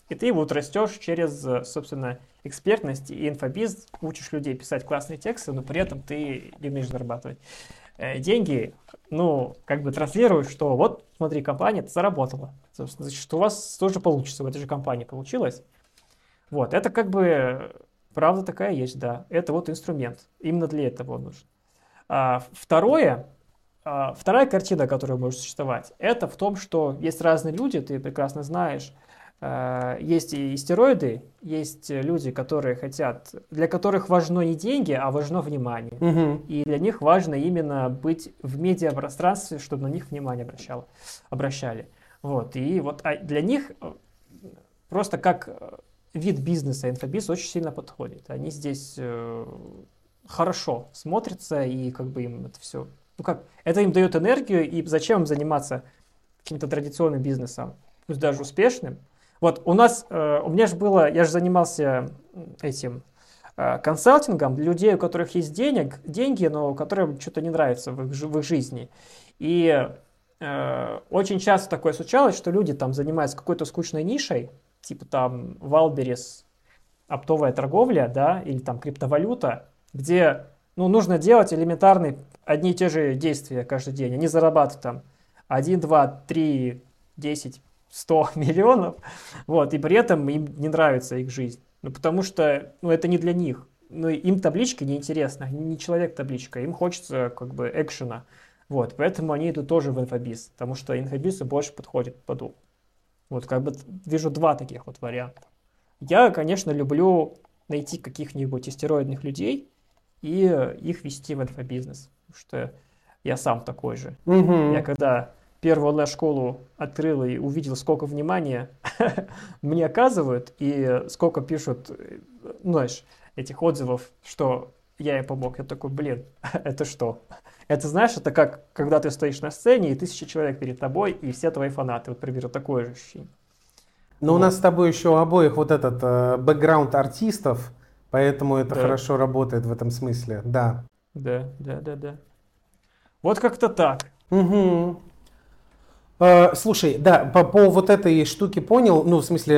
И ты вот растешь через, собственно, экспертность и инфобиз, учишь людей писать классные тексты, но при этом ты не умеешь зарабатывать деньги, ну, как бы транслируешь, что вот, смотри, компания заработала. Собственно, значит, у вас тоже получится, в этой же компании получилось. Вот, это как бы правда такая есть, да. Это вот инструмент. Именно для этого он нужен. Вторая картина, которая может существовать, это в том, что есть разные люди, ты прекрасно знаешь. Есть и стероиды, есть люди, которые хотят, для которых важно не деньги, а важно внимание. И для них важно именно быть в медиапространстве, чтобы на них внимание обращали. Вот. И вот для них просто как вид бизнеса инфобиз очень сильно подходит. Они здесь хорошо смотрятся, и как бы им это все... Ну как, это им дает энергию, и зачем им заниматься каким-то традиционным бизнесом, пусть даже успешным. Вот у меня же было, я же занимался этим консалтингом для людей, у которых есть деньги, но которым что-то не нравится в их жизни. И очень часто такое случалось, что люди там занимаются какой-то скучной нишей, типа там Валберес, оптовая торговля, да, или там криптовалюта, где нужно делать элементарные одни и те же действия каждый день. Они зарабатывают там 1, 2, 3, 10, 100 миллионов, вот, и при этом им не нравится их жизнь. Потому что это не для них. Им табличка неинтересна, они не человек-табличка, им хочется как бы экшена. Вот, поэтому они идут тоже в инфобиз, потому что инфобизу больше подходит по духу. Вот, как бы вижу два таких вот варианта. Я, конечно, люблю найти каких-нибудь истероидных людей и их вести в инфобизнес, потому что я сам такой же. Я когда первую онлайн-школу открыл и увидел, сколько внимания мне оказывают и сколько пишут, знаешь, этих отзывов, что я ей помог. Я такой, блин, это что? Это, знаешь, это как, когда ты стоишь на сцене, и 1000 человек перед тобой, и все твои фанаты. Вот, примерно, такое же ощущение. Но у нас с тобой еще у обоих вот этот бэкграунд артистов, поэтому это хорошо работает в этом смысле, да. Да. Вот как-то так. Угу. Слушай, да, по вот этой штуке понял, в смысле,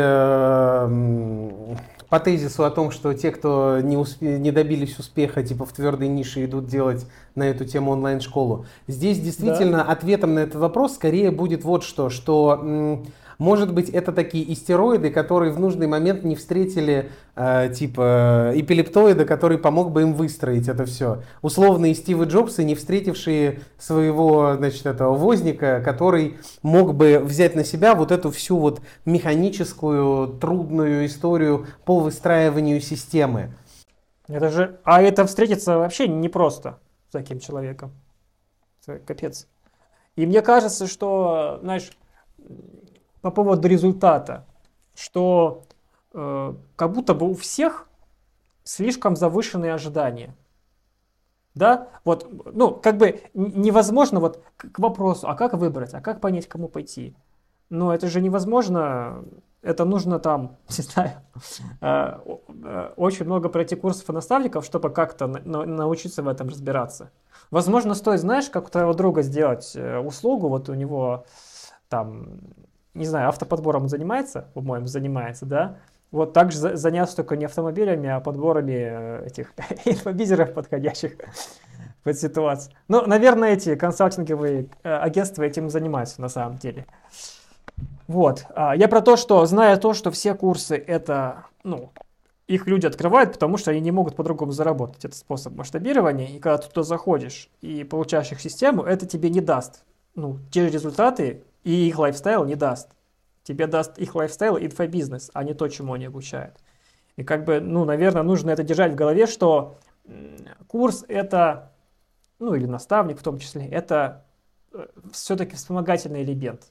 по тезису о том, что те, кто не добились успеха, типа в твердой нише, идут делать на эту тему онлайн-школу. Здесь действительно ответом на этот вопрос скорее будет вот что может быть, это такие истероиды, которые в нужный момент не встретили типа эпилептоида, который помог бы им выстроить это все. Условные Стивы Джобсы, не встретившие своего, значит, этого возника, который мог бы взять на себя вот эту всю вот механическую, трудную историю по выстраиванию системы. Это встретиться вообще непросто с таким человеком. Это капец. И мне кажется, что, знаешь, по поводу результата, что как будто бы у всех слишком завышенные ожидания. Да? Вот, как бы невозможно вот к вопросу, а как выбрать, а как понять, кому пойти? Это же невозможно. Это нужно там, не знаю, очень много пройти курсов и наставников, чтобы как-то научиться в этом разбираться. Возможно, стоит, знаешь, как у твоего друга сделать услугу, вот у него там, не знаю, автоподбором занимается, по-моему, занимается, да? Вот также заняться только не автомобилями, а подборами этих инфобизеров, подходящих под ситуацию. Наверное, эти консалтинговые агентства этим занимаются на самом деле. Вот. Я про то, что, зная то, что все курсы это, их люди открывают, потому что они не могут по-другому заработать. Это способ масштабирования. И когда ты туда заходишь и получаешь их систему, это тебе не даст. Те результаты и их лайфстайл не даст. Тебе даст их лайфстайл и инфобизнес, а не то, чему они обучают. И как бы, наверное, нужно это держать в голове, что курс это, или наставник в том числе, это все-таки вспомогательный элемент.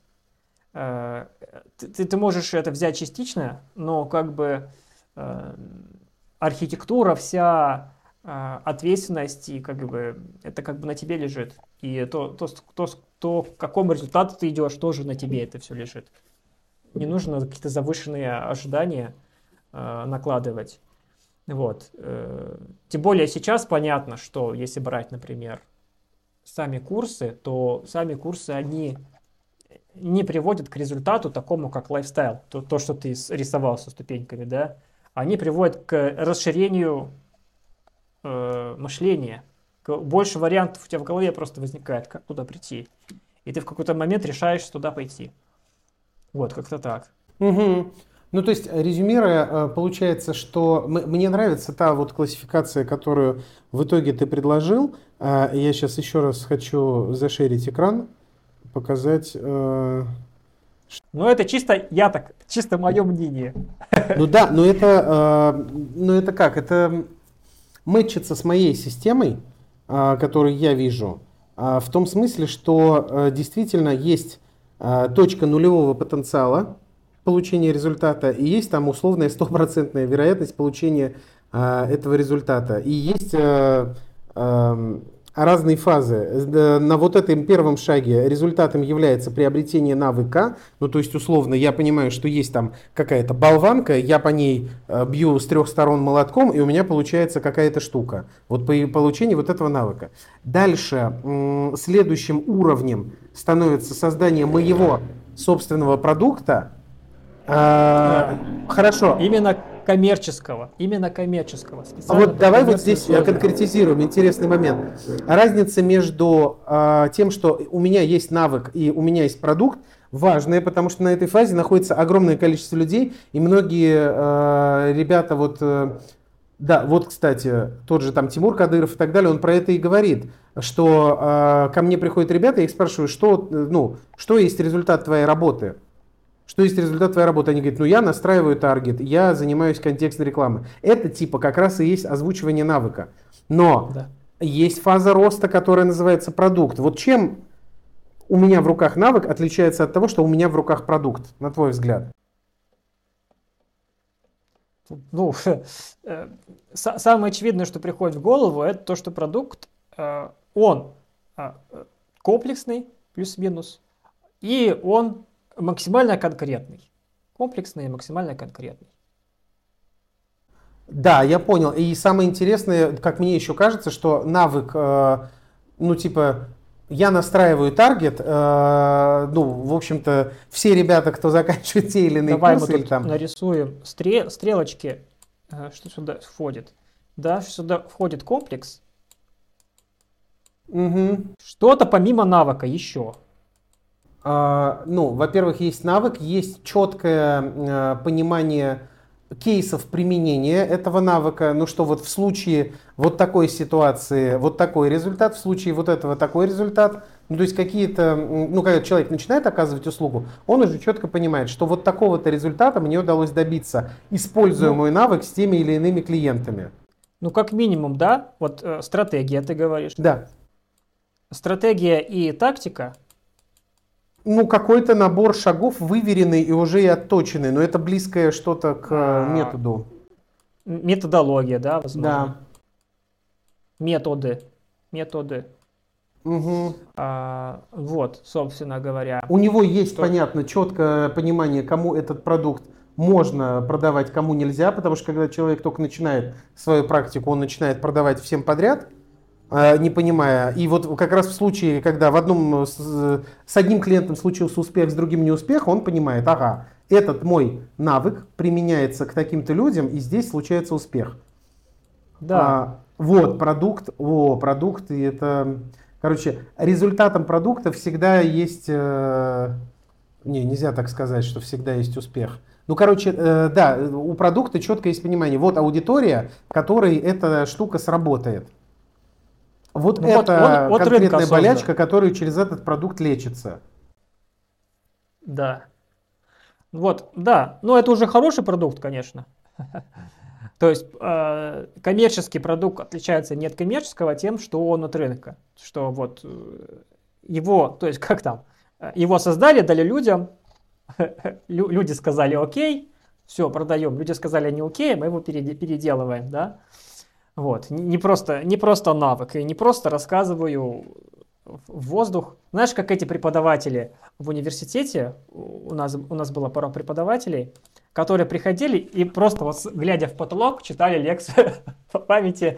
Ты можешь это взять частично, но как бы архитектура вся, ответственность, и как бы это как бы на тебе лежит. И то, к какому результату ты идешь, тоже на тебе это все лежит. Не нужно какие-то завышенные ожидания накладывать. Вот. Тем более сейчас понятно, что если брать, например, сами курсы, то сами курсы, они не приводят к результату такому, как лайфстайл, то, что ты рисовал со ступеньками, да, они приводят к расширению мышления. Больше вариантов у тебя в голове просто возникает, как туда прийти. И ты в какой-то момент решаешь туда пойти. Вот, как-то так. Мгм. Ну, то есть, резюмируя, получается, что мне нравится та вот классификация, которую в итоге ты предложил. Я сейчас еще раз хочу зашерить экран, показать. Но это чисто мое мнение. Ну да, но это как? Это мэтчится с моей системой, которую я вижу, в том смысле, что действительно есть точка нулевого потенциала получения результата, и есть там условная стопроцентная вероятность получения этого результата. И есть разные фазы. На вот этом первом шаге результатом является приобретение навыка. Ну, то есть, условно, я понимаю, что есть там какая-то болванка, я по ней бью с 3 сторон молотком, и у меня получается какая-то штука. Вот по получению вот этого навыка. Дальше, следующим уровнем становится создание моего собственного продукта. Хорошо. Именно коммерческого. Вот давай вот здесь конкретизируем интересный момент. Разница между тем, что у меня есть навык и у меня есть продукт, важная, потому что на этой фазе находится огромное количество людей, и многие ребята вот... Да, вот, кстати, тот же там Тимур Кадыров и так далее, он про это и говорит, что ко мне приходят ребята, я их спрашиваю, что есть результат твоей работы? Что есть результат твоей работы? Они говорят, я настраиваю таргет, я занимаюсь контекстной рекламой. Это типа как раз и есть озвучивание навыка. Но есть фаза роста, которая называется продукт. Вот чем у меня в руках навык отличается от того, что у меня в руках продукт, на твой взгляд? Ну, самое очевидное, что приходит в голову, это то, что продукт, он комплексный, плюс-минус, и он максимально конкретный. Комплексный и максимально конкретный. Да, я понял. И самое интересное, как мне еще кажется, что навык, я настраиваю таргет, в общем-то, все ребята, кто заканчивает те или иные Давай курсы, мы или тут там... нарисуем стрелочки, что сюда входит. Да, сюда входит комплекс. Угу. Что-то помимо навыка еще. Во-первых, есть навык, есть четкое понимание кейсов применения этого навыка. Ну что вот в случае вот такой ситуации вот такой результат, в случае вот этого такой результат. Ну то есть какие-то, когда человек начинает оказывать услугу, он уже четко понимает, что вот такого-то результата мне удалось добиться, используя мой навык с теми или иными клиентами. Ну как минимум, да, вот стратегия, ты говоришь. Да. Стратегия и тактика. Какой-то набор шагов выверенный и уже и отточенный, но это близкое что-то к методу. Методология, да, возможно. Да. Методы. Угу. Вот, собственно говоря. У него есть, понятно, четкое понимание, кому этот продукт можно продавать, кому нельзя, потому что когда человек только начинает свою практику, он начинает продавать всем подряд, не понимая. И вот как раз в случае, когда с одним клиентом случился успех, с другим неуспех, он понимает, этот мой навык применяется к таким-то людям, и здесь случается успех. Да. Продукт, и это... результатом продукта всегда есть... нельзя так сказать, что всегда есть успех. У продукта четко есть понимание. Вот аудитория, которой эта штука сработает. Это конкретная болячка, которую через этот продукт лечится. Да. Да. Но это уже хороший продукт, конечно. То есть коммерческий продукт отличается не от коммерческого тем, что он от рынка. Что его создали, дали людям, люди сказали окей, все, продаем. Люди сказали не окей, мы его переделываем, да. Не просто навык, и не просто рассказываю в воздух. Знаешь, как эти преподаватели в университете, у нас была пара преподавателей, которые приходили и просто глядя в потолок, читали лекцию по памяти.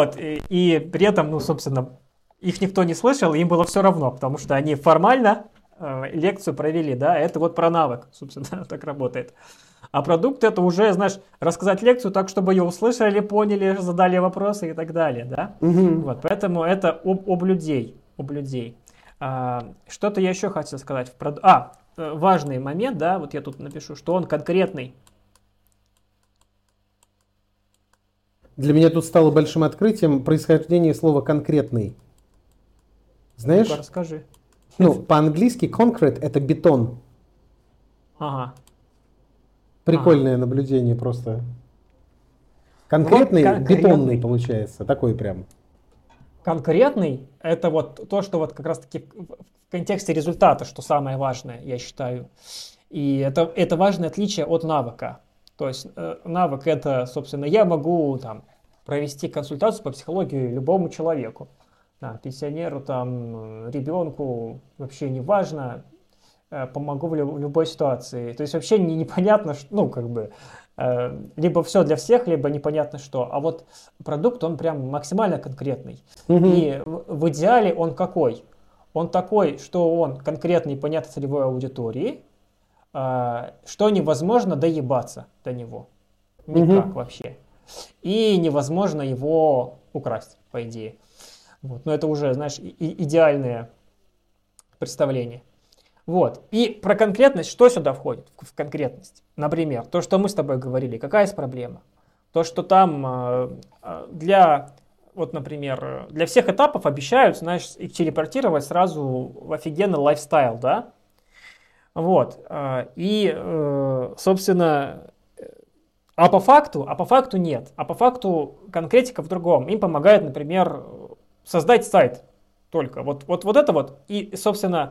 И при этом, собственно, их никто не слышал, им было все равно, потому что они формально лекцию провели, да, это вот про навык, собственно, так работает. А продукт это уже, знаешь, рассказать лекцию так, чтобы ее услышали, поняли, задали вопросы и так далее, да. Вот, поэтому это об людей, Что-то я еще хотел сказать. Важный момент, да, вот я тут напишу, что он конкретный. Для меня тут стало большим открытием происхождение слова «конкретный». Знаешь? Ну-ка, расскажи. Ну, по-английски concrete — это бетон. Ага. Прикольное наблюдение просто. Конкретный, Вот конкретный. бетонный получается. Такой прям. Конкретный — это вот то, что вот как раз-таки в контексте результата, что самое важное, я считаю. И это важное отличие от навыка. То есть навык — это, собственно, я могу там провести консультацию по психологии любому человеку. Да, пенсионеру, там, ребенку, вообще не важно, помогу в любой ситуации. То есть вообще непонятно, ну, как бы, либо все для всех, либо непонятно что. А вот продукт, он прям максимально конкретный. И в идеале он какой? Он такой, что он конкретный, понятной целевой аудитории, что невозможно доебаться до него. Никак вообще. И невозможно его украсть, по идее. Вот. Но это уже, знаешь, идеальное представление. Вот. И про конкретность, что сюда входит в конкретность? Например, то, что мы с тобой говорили, какая есть проблема? То, что там вот, например, для всех этапов обещают, знаешь, их телепортировать сразу в офигенный лайфстайл, да? Вот. И, собственно, а по факту нет. А по факту конкретика в другом. Им помогает, например, создать сайт только. Вот это вот. И, собственно,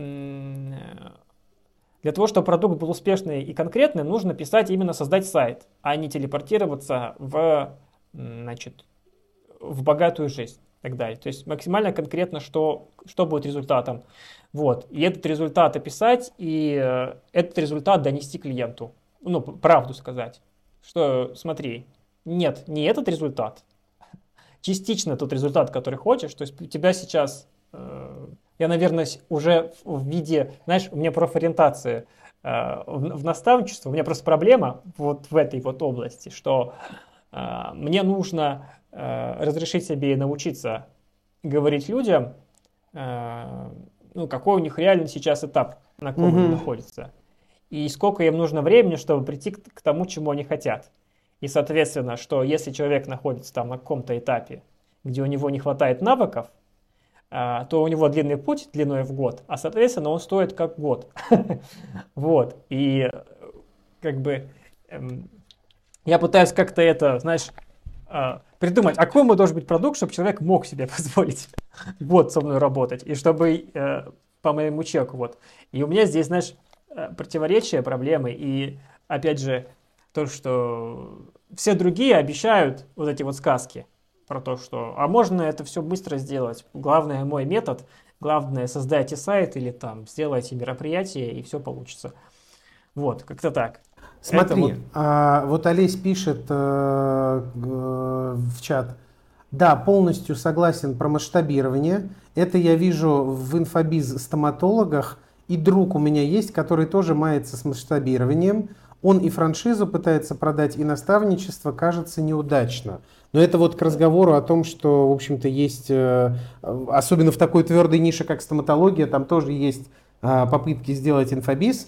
для того, чтобы продукт был успешный и конкретный, нужно писать именно создать сайт, а не телепортироваться значит, в богатую жизнь и так далее. То есть максимально конкретно, что будет результатом. Вот. И этот результат описать, и этот результат донести клиенту. Ну, правду сказать. Что, смотри, нет, не этот результат, частично тот результат, который хочешь. То есть у тебя сейчас, я, наверное, уже в виде, знаешь, у меня профориентация в наставничество, у меня просто проблема вот в этой вот области, что мне нужно разрешить себе и научиться говорить людям, ну, какой у них реально сейчас этап, на ком они находятся. И сколько им нужно времени, чтобы прийти к тому, чему они хотят. И, соответственно, что если человек находится там на каком-то этапе, где у него не хватает навыков, то у него длинный путь, длиной в год, а, соответственно, он стоит как год. Вот. И как бы я пытаюсь как-то это, знаешь, придумать, а какой должен быть продукт, чтобы человек мог себе позволить год со мной работать, и чтобы по моему чеку, вот. И у меня здесь, знаешь, противоречия, проблемы, и, опять же, то, что все другие обещают вот эти вот сказки про то, что, а можно это все быстро сделать, главное мой метод, главное создайте сайт или там сделайте мероприятие, и все получится. Вот, как-то так. Смотри, вот Олесь пишет в чат, да, полностью согласен про масштабирование, это я вижу в инфобиз-стоматологах, и друг у меня есть, который тоже мается с масштабированием, он и франшизу пытается продать, и наставничество, кажется, неудачно. Но это вот к разговору о том, что, в общем-то, есть, особенно в такой твердой нише, как стоматология, там тоже есть попытки сделать инфобиз,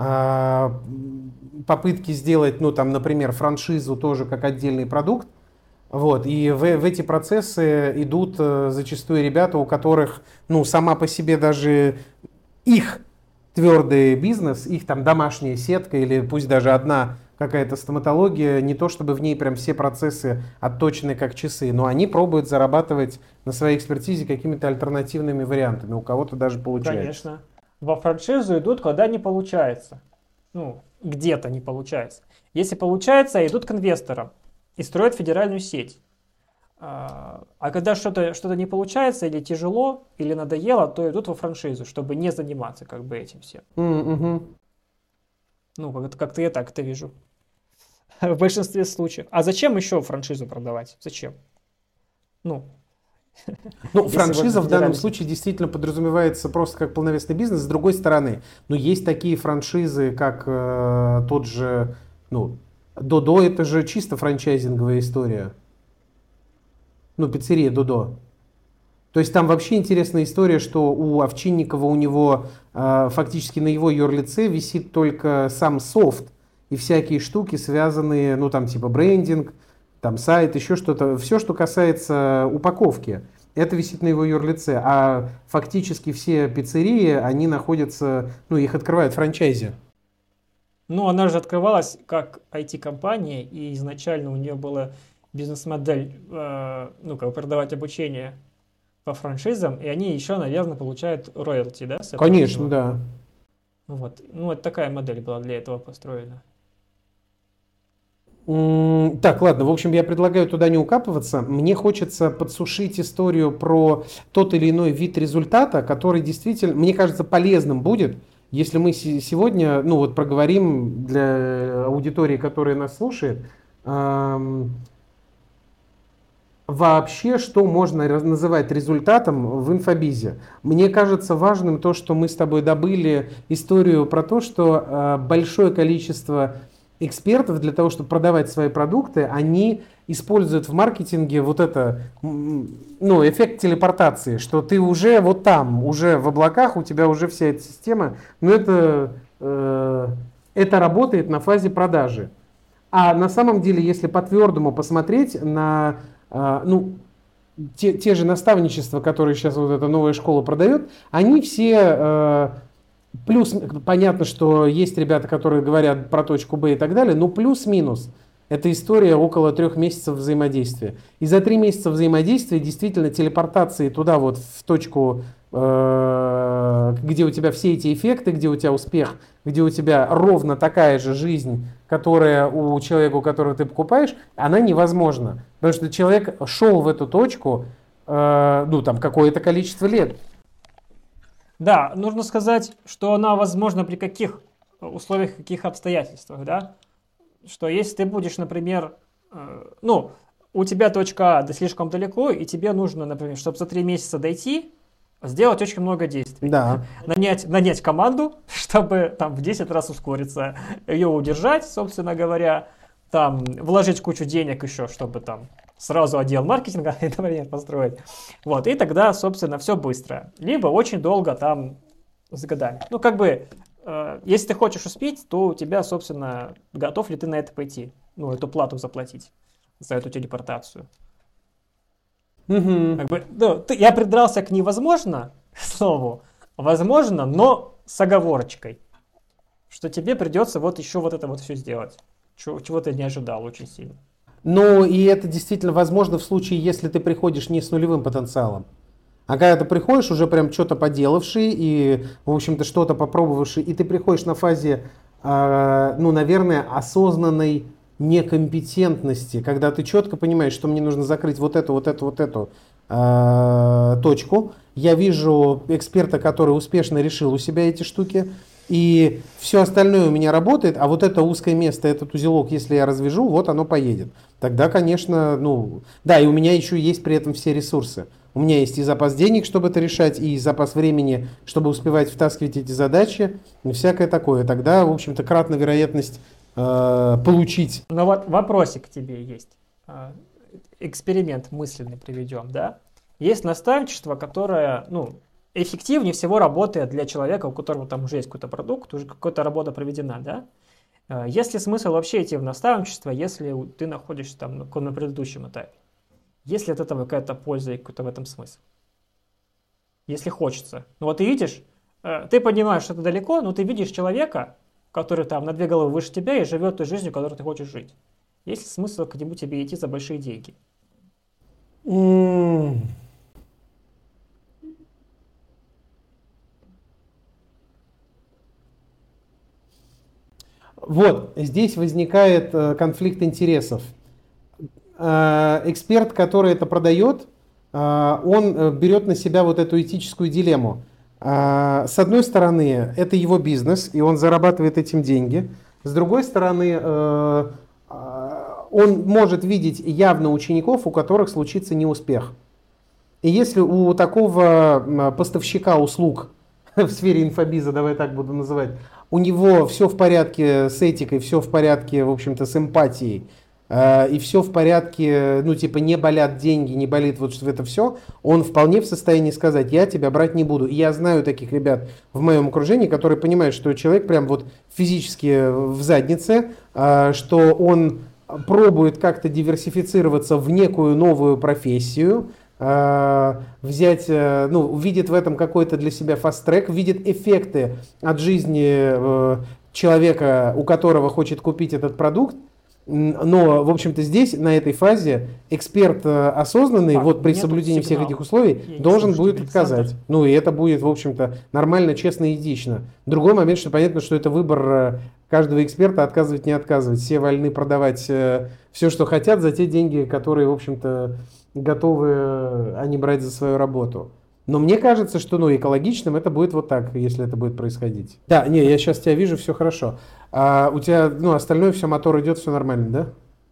попытки сделать, ну, там, например, франшизу тоже как отдельный продукт. Вот, и в эти процессы идут зачастую ребята, у которых, ну, сама по себе даже их твердый бизнес, их там домашняя сетка или пусть даже одна какая-то стоматология, не то чтобы в ней прям все процессы отточены как часы, но они пробуют зарабатывать на своей экспертизе какими-то альтернативными вариантами. У кого-то даже получается. Конечно. Во франшизу идут, когда не получается. Ну, где-то не получается. Если получается, идут к инвесторам и строят федеральную сеть. А когда что-то не получается, или тяжело, или надоело, то идут во франшизу, чтобы не заниматься как бы этим всем. Ну, как-то я так это вижу. В большинстве случаев. А зачем еще франшизу продавать? Зачем? Ну, Ну, Если франшиза вот в данном федеральный- случае действительно подразумевается просто как полновесный бизнес. С другой стороны, но есть такие франшизы, как тот же, ну, Додо, это же чисто франчайзинговая история. Ну, пиццерия Додо. То есть там вообще интересная история, что у Овчинникова, у него фактически на его юрлице висит только сам софт и всякие штуки, связанные, ну там типа брендинг, там сайт, еще что-то. Все, что касается упаковки, это висит на его юрлице. А фактически все пиццерии, они находятся, ну их открывают франчайзи. Ну, она же открывалась как IT-компания, и изначально у нее была бизнес-модель, ну, как бы продавать обучение по франшизам, и они еще, наверное, получают роялти, да, с этого Конечно, всего? да. Вот. Ну, вот такая модель была для этого построена. Так, ладно, в общем, я предлагаю туда не укапываться. Мне хочется подсушить историю про тот или иной вид результата, который действительно, мне кажется, полезным будет, если мы сегодня, ну вот, проговорим для аудитории, которая нас слушает, вообще, что можно называть результатом в инфобизе. Мне кажется важным то, что мы с тобой добыли историю про то, что большое количество экспертов для того, чтобы продавать свои продукты, они используют в маркетинге вот это, ну, эффект телепортации, что ты уже вот там, уже в облаках, у тебя уже вся эта система, но это работает на фазе продажи. А на самом деле, если по-твердому посмотреть на ну, те же наставничества, которые сейчас вот эта новая школа продает, они все плюс, понятно, что есть ребята, которые говорят про точку Б и так далее, но плюс-минус. Это история около 3 месяцев взаимодействия. И за 3 месяца взаимодействия действительно телепортации туда вот в точку, где у тебя все эти эффекты, где у тебя успех, где у тебя ровно такая же жизнь, которая у человека, у которого ты покупаешь, она невозможна. Потому что человек шел в эту точку, ну там какое-то количество лет. Да, нужно сказать, что она возможна при каких условиях, каких обстоятельствах, да? Что если ты будешь, например, ну, у тебя точка А слишком далеко, и тебе нужно, например, чтобы за 3 месяца дойти, сделать очень много действий. Да. Нанять команду, чтобы там в 10 раз ускориться, ее удержать, собственно говоря, там вложить кучу денег еще, чтобы там сразу отдел маркетинга, например, построить. Вот, и тогда, собственно, все быстро. Либо очень долго там с годами. Ну, как бы, если ты хочешь успеть, то у тебя, собственно, готов ли ты на это пойти? Ну, эту плату заплатить за эту телепортацию. Угу. Как бы, ну, я придрался к невозможно, к слову, возможно, но с оговорочкой, что тебе придется вот еще вот это вот все сделать, чего ты не ожидал очень сильно. Ну, и это действительно возможно в случае, если ты приходишь не с нулевым потенциалом. А когда ты приходишь уже прям что-то поделавший и, в общем-то, что-то попробовавший, и ты приходишь на фазе, ну, наверное, осознанной некомпетентности, когда ты четко понимаешь, что мне нужно закрыть вот эту точку. Я вижу эксперта, который успешно решил у себя эти штуки, и все остальное у меня работает, а вот это узкое место, этот узелок, если я развяжу, вот оно поедет. Тогда, конечно, ну, да, и у меня еще есть при этом все ресурсы. У меня есть и запас денег, чтобы это решать, и запас времени, чтобы успевать втаскивать эти задачи, и всякое такое. Тогда, в общем-то, кратна вероятность получить. Но вот вопросик к тебе есть. Эксперимент мысленный приведем, да? Есть наставничество, которое, ну, эффективнее всего работает для человека, у которого там уже есть какой-то продукт, уже какая-то работа проведена, да? Есть ли смысл вообще идти в наставничество, если ты находишься там на предыдущем этапе? Есть ли от этого какая-то польза и какой-то в этом смысл? Если хочется. Ну вот ты видишь, ты понимаешь, что это далеко, но ты видишь человека, который там на 2 головы выше тебя и живет той жизнью, которой ты хочешь жить. Есть ли смысл к нему тебе идти за большие деньги? Вот, здесь возникает конфликт интересов. Эксперт, который это продает, он берет на себя вот эту этическую дилемму. С одной стороны, это его бизнес, и он зарабатывает этим деньги. С другой стороны, он может видеть явно учеников, у которых случится неуспех. И если у такого поставщика услуг в сфере инфобиза, давай так буду называть, у него все в порядке с этикой, все в порядке, в общем-то, с эмпатией, и все в порядке, ну, типа, не болят деньги, не болит вот это все, он вполне в состоянии сказать: я тебя брать не буду. И я знаю таких ребят в моем окружении, которые понимают, что человек прям вот физически в заднице, что он пробует как-то диверсифицироваться в некую новую профессию, взять, ну, видит в этом какой-то для себя фаст-трек, видит эффекты от жизни человека, у которого хочет купить этот продукт. Но, в общем-то, здесь, на этой фазе, эксперт осознанный, вот при соблюдении всех этих условий, должен будет отказать. Ну, и это будет, в общем-то, нормально, честно и этично. Другой момент, что понятно, что это выбор каждого эксперта, отказывать, не отказывать. Все вольны продавать все, что хотят, за те деньги, которые, в общем-то, готовы они брать за свою работу. Но мне кажется, что, ну, экологичным это будет вот так, если это будет происходить. Да, не, я сейчас тебя вижу, все хорошо. А у тебя, ну, остальное все, мотор идет, все нормально, да?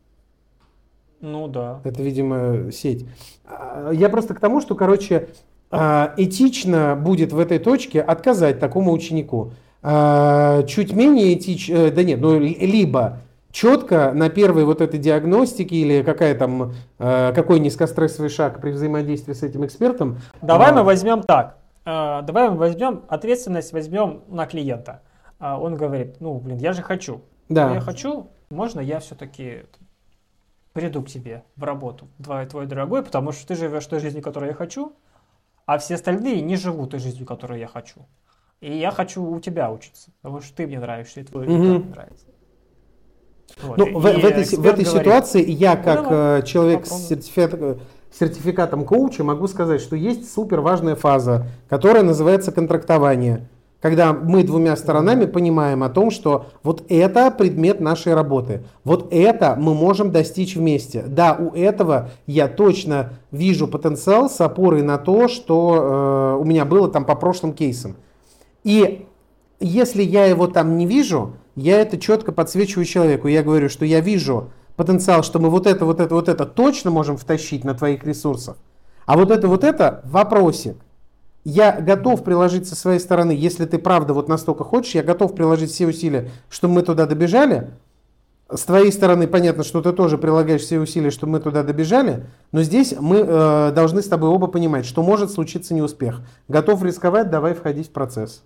Ну да. Это, видимо, сеть. Я просто к тому, что, короче, этично будет в этой точке отказать такому ученику. Чуть менее этично, да нет, ну, либо четко на первой вот этой диагностике или какой низкострессовый шаг при взаимодействии с этим экспертом. Давай мы возьмем так. Давай мы возьмем ответственность, возьмем на клиента. Он говорит: ну, блин, я же хочу. Да. Я хочу, можно я все-таки приду к тебе в работу, твой дорогой, потому что ты живешь той жизнью, которую я хочу, а все остальные не живут той жизнью, которую я хочу. И я хочу у тебя учиться, потому что ты мне нравишься, и твой результат мне нравится. Вот. Ну, в этой ситуации я, как человек с сертификатом коуча, могу сказать, что есть супер важная фаза, которая называется контрактование. Когда мы двумя сторонами понимаем о том, что вот это предмет нашей работы, вот это мы можем достичь вместе. Да, у этого я точно вижу потенциал с опорой на то, что у меня было там по прошлым кейсам. И если я его там не вижу, я это четко подсвечиваю человеку. Я говорю, что я вижу потенциал, что мы вот это точно можем втащить на твоих ресурсах. А вот это вопросик. Я готов приложить со своей стороны, если ты правда вот настолько хочешь, я готов приложить все усилия, чтобы мы туда добежали. С твоей стороны понятно, что ты тоже прилагаешь все усилия, чтобы мы туда добежали. Но здесь мы должны с тобой оба понимать, что может случиться неуспех. Готов рисковать, давай входить в процесс.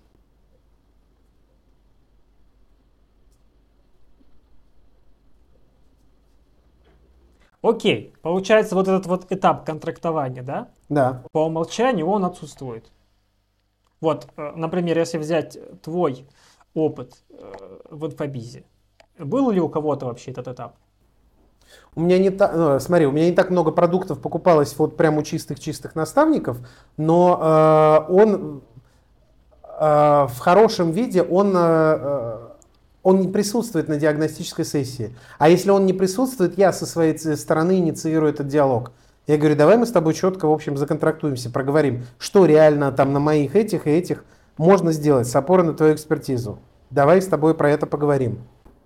Окей, получается, вот этот вот этап контрактования, да? Да. По умолчанию он отсутствует. Вот, например, если взять твой опыт в инфобизе, был ли у кого-то вообще этот этап? У меня не так, смотри, у меня не так много продуктов покупалось вот прям у чистых наставников, но он в хорошем виде, он не присутствует на диагностической сессии. А если он не присутствует, я со своей стороны инициирую этот диалог. Я говорю, давай мы с тобой четко, в общем, законтрактуемся, проговорим, что реально там на моих этих и этих можно сделать с опорой на твою экспертизу. Давай с тобой про это поговорим.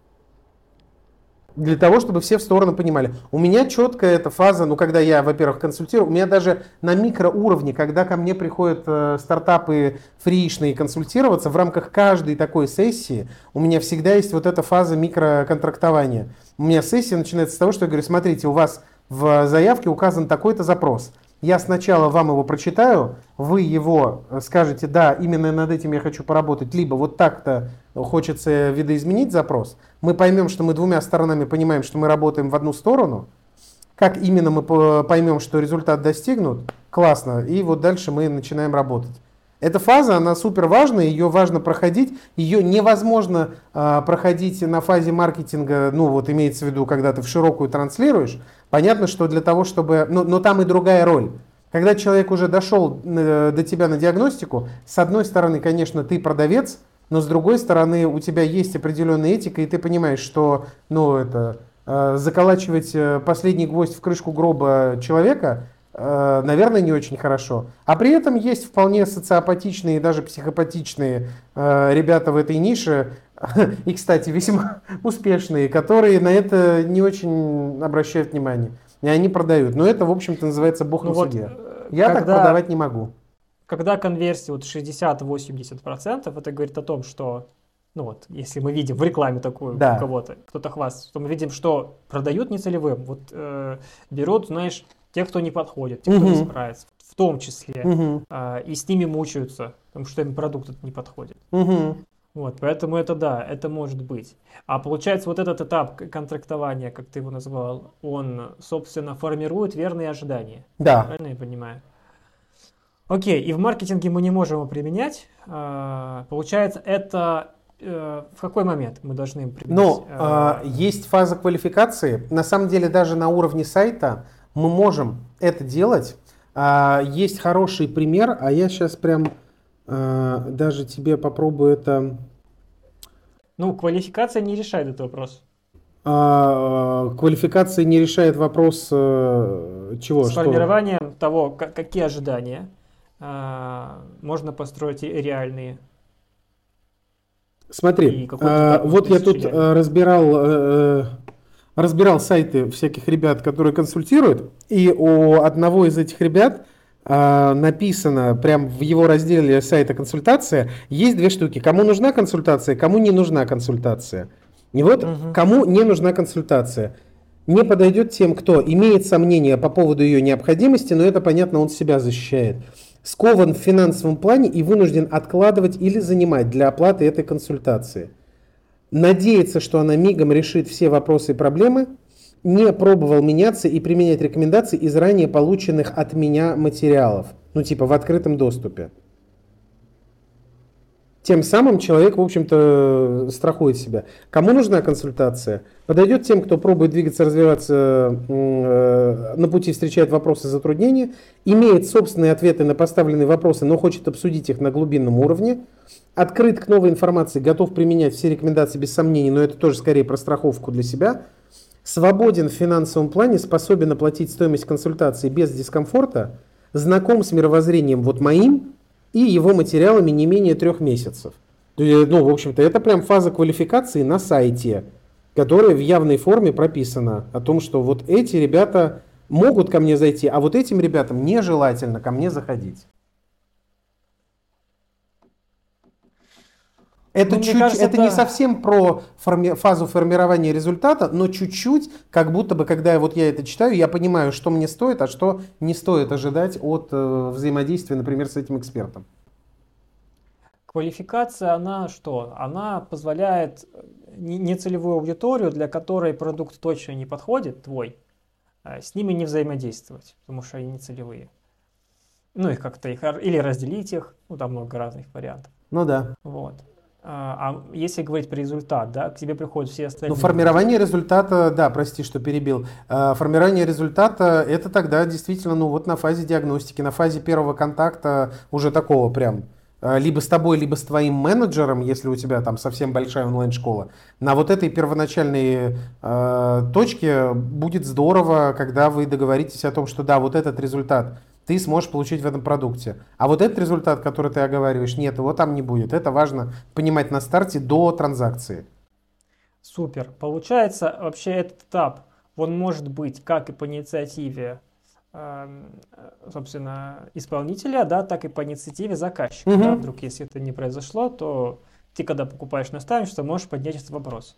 Для того, чтобы все в сторону понимали. У меня четкая эта фаза, ну, когда я, во-первых, консультирую, у меня даже на микроуровне, когда ко мне приходят стартапы фришные консультироваться, в рамках каждой такой сессии у меня всегда есть вот эта фаза микроконтрактования. У меня сессия начинается с того, что я говорю, смотрите, у вас в заявке указан такой-то запрос. Я сначала вам его прочитаю, вы его скажете, да, именно над этим я хочу поработать, либо вот так-то хочется видоизменить запрос. Мы поймем, что мы двумя сторонами понимаем, что мы работаем в одну сторону. Как именно мы поймем, что результат достигнут, классно, и вот дальше мы начинаем работать. Эта фаза, она супер важна, ее важно проходить, ее невозможно проходить на фазе маркетинга, ну вот имеется в виду, когда ты в широкую транслируешь. Понятно, что для того, чтобы, но там и другая роль. Когда человек уже дошел до тебя на диагностику, с одной стороны, конечно, ты продавец, но с другой стороны, у тебя есть определенная этика, и ты понимаешь, что заколачивать последний гвоздь в крышку гроба человека, наверное, не очень хорошо. А при этом есть вполне социопатичные и даже психопатичные ребята в этой нише, и, кстати, весьма успешные, которые на это не очень обращают внимание. И они продают. Но это, в общем-то, называется бог на суде. Я так когда, продавать не могу. когда конверсия вот 60-80%, это говорит о том, что, ну вот, если мы видим в рекламе такую Да. у кого-то, кто-то хвастается, то мы видим, что продают нецелевым, вот берут, знаешь, тех, кто не подходит, тех, кто не справится, в том числе, и с ними мучаются, потому что им продукт этот не подходит. Вот, поэтому это да, это может быть. А получается, вот этот этап контрактования, как ты его назвал, он, собственно, формирует верные ожидания. Да. Правильно я понимаю? Окей, и в маркетинге мы не можем его применять. Получается, это в какой момент мы должны им применять? Ну, есть фаза квалификации. На самом деле, даже на уровне сайта мы можем это делать. Есть хороший пример, а я сейчас прям даже тебе попробую это... Ну, квалификация не решает этот вопрос. Квалификация не решает вопрос чего? С формированием того, какие ожидания можно построить реальные. Смотри, вот я тут разбирал сайты всяких ребят, которые консультируют, и у одного из этих ребят написано прям в его разделе сайта «Консультация» есть две штуки. Кому нужна консультация, кому не нужна консультация. И вот кому не нужна консультация. Не подойдет тем, кто имеет сомнения по поводу ее необходимости, но это понятно, он себя защищает. Скован в финансовом плане и вынужден откладывать или занимать для оплаты этой консультации. Надеется, что она мигом решит все вопросы и проблемы. Не пробовал меняться и применять рекомендации из ранее полученных от меня материалов. Ну, типа в открытом доступе. Тем самым человек, в общем-то, страхует себя. Кому нужна консультация? Подойдет тем, кто пробует двигаться, развиваться, на пути встречает вопросы и затруднения, имеет собственные ответы на поставленные вопросы, но хочет обсудить их на глубинном уровне, открыт к новой информации, готов применять все рекомендации без сомнений, но это тоже скорее про страховку для себя, свободен в финансовом плане, способен оплатить стоимость консультации без дискомфорта, знаком с мировоззрением вот моим и его материалами не менее 3 месяцев. Ну, в общем-то, это прям фаза квалификации на сайте, которая в явной форме прописана о том, что вот эти ребята могут ко мне зайти, а вот этим ребятам нежелательно ко мне заходить. Это, кажется, это не совсем про фазу формирования результата, но чуть-чуть, как будто бы, когда я это читаю, я понимаю, что мне стоит, а что не стоит ожидать от взаимодействия, например, с этим экспертом. Квалификация, она что? Она позволяет нецелевую аудиторию, для которой продукт точно не подходит, твой, с ними не взаимодействовать, потому что они не целевые. Ну, их как-то или разделить их, ну, там много разных вариантов. Ну да. Вот. А если говорить про результат, да, к тебе приходят все остальные. Ну, формирование результата, да, прости, что перебил. Формирование результата, это тогда действительно, ну, вот на фазе диагностики, на фазе первого контакта уже такого прям, либо с тобой, либо с твоим менеджером, если у тебя там совсем большая онлайн-школа. На вот этой первоначальной точке будет здорово, когда вы договоритесь о том, что да, вот этот результат ты сможешь получить в этом продукте. А вот этот результат, который ты оговариваешь, нет, его там не будет. Это важно понимать на старте до транзакции. Супер. Получается, вообще этот этап, он может быть как и по инициативе, собственно, исполнителя, да, так и по инициативе заказчика. Да? Вдруг, если это не произошло, то ты, когда покупаешь наставничество, можешь поднять этот вопрос.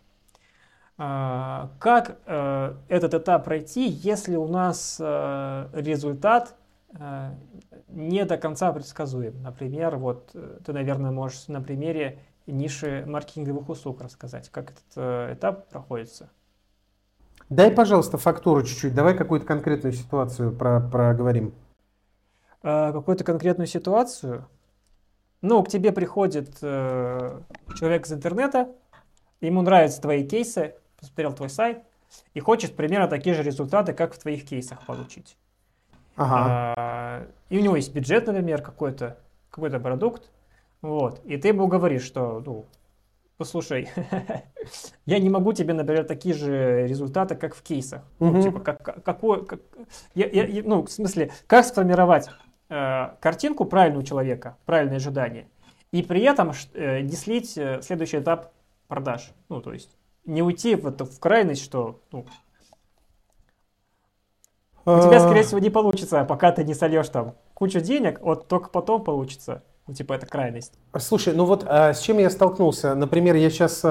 Как этот этап пройти, если у нас результат не до конца предсказуем? Например, вот ты, наверное, можешь на примере ниши маркетинговых услуг рассказать, как этот этап проходится. Дай, пожалуйста, фактуру чуть-чуть. Давай какую-то конкретную ситуацию проговорим. Какую-то конкретную ситуацию? Ну, к тебе приходит человек из интернета, ему нравятся твои кейсы, посмотрел твой сайт и хочет примерно такие же результаты, как в твоих кейсах получить. Ага. И у него есть бюджет, например, какой-то продукт, вот, и ты ему говоришь, что, ну, послушай, я не могу тебе, например, такие же результаты, как в кейсах. Ну, типа, ну, в смысле, как сформировать картинку правильного человека, правильные ожидания, и при этом не слить следующий этап продаж. Ну, то есть, не уйти в крайность, что... Ну, У тебя, скорее всего, не получится, пока ты не сольешь там кучу денег, вот только потом получится. Ну, типа, это крайность. Слушай, ну вот с чем я столкнулся? Например, я сейчас...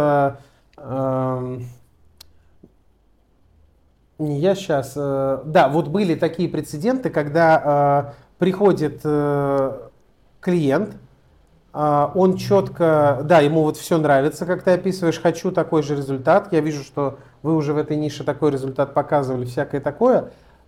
Не я сейчас... Да, вот были такие прецеденты, когда приходит клиент, он четко... Да, ему вот все нравится, как ты описываешь, хочу такой же результат. Я вижу, что вы уже в этой нише такой результат показывали, всякое такое.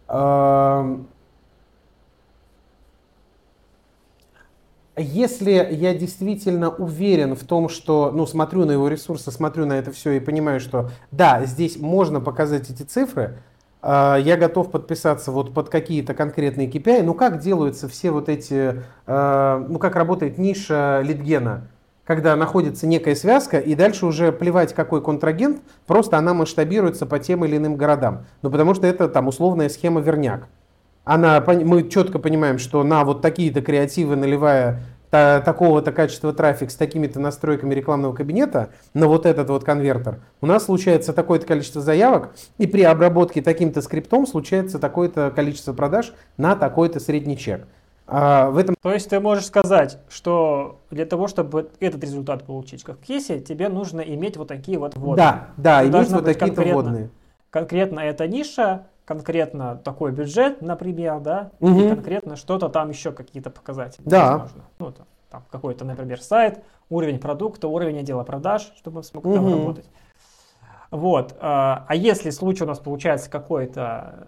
Если я действительно уверен в том, что, ну, смотрю на его ресурсы, смотрю на это все и понимаю, что да, здесь можно показать эти цифры, я готов подписаться вот под какие-то конкретные KPI. Ну, как делаются все вот эти, ну, как работает ниша лидгена, когда находится некая связка, и дальше уже плевать, какой контрагент, просто она масштабируется по тем или иным городам. Ну, потому что это там условная схема верняк. Мы четко понимаем, что на вот такие-то креативы, наливая такого-то качества трафик с такими-то настройками рекламного кабинета на вот этот вот конвертер, у нас случается такое-то количество заявок, и при обработке таким-то скриптом случается такое-то количество продаж на такой-то средний чек. В этом... То есть ты можешь сказать, что для того, чтобы этот результат получить как в кейсе, тебе нужно иметь вот такие вот вводные. Да, иметь вот такие-то вводные. Конкретно эта ниша, конкретно такой бюджет, например, да, и конкретно что-то там еще какие-то показатели. Да. Возможно. Ну, там какой-то, например, сайт, уровень продукта, уровень отдела продаж, чтобы он смог там работать. Вот. А если случай у нас получается какой-то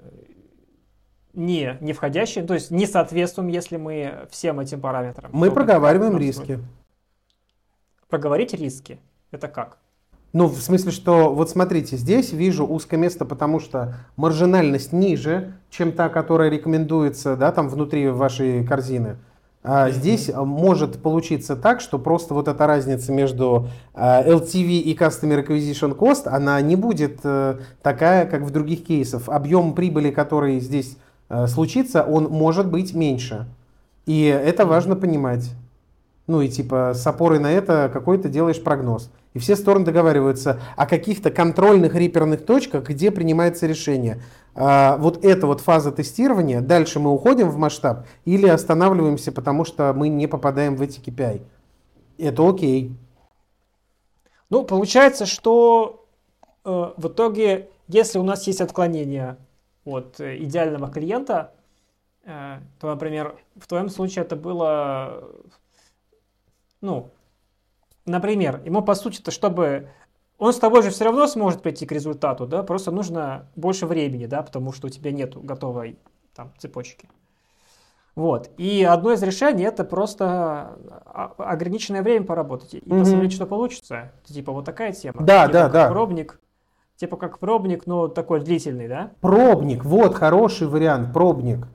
не входящий, то есть не соответствуем, если мы всем этим параметрам. Мы проговариваем риски. Проговорить риски? Это как? Ну, в смысле, что, вот смотрите, здесь вижу узкое место, потому что маржинальность ниже, чем та, которая рекомендуется, да, там внутри вашей корзины. Здесь может получиться так, что просто вот эта разница между LTV и Customer Acquisition Cost, она не будет такая, как в других кейсах. Объем прибыли, который здесь случится, он может быть меньше. И это важно понимать. Ну и типа с опорой на это какой-то делаешь прогноз. И все стороны договариваются о каких-то контрольных реперных точках, где принимается решение. Вот эта вот фаза тестирования, дальше мы уходим в масштаб или останавливаемся, потому что мы не попадаем в эти KPI. Это окей. Ну, получается, что в итоге, если у нас есть отклонение от идеального клиента, то, например, в твоем случае это было, ну, например, ему по сути-то, чтобы он с тобой же все равно сможет прийти к результату, да, просто нужно больше времени, да, потому что у тебя нету готовой там цепочки. Вот. И одно из решений это просто ограниченное время поработать и посмотреть, что получится. Типа вот такая тема. Да, типа да. Пробник. Типа как пробник, но такой длительный, да? Пробник, вот хороший вариант, пробник.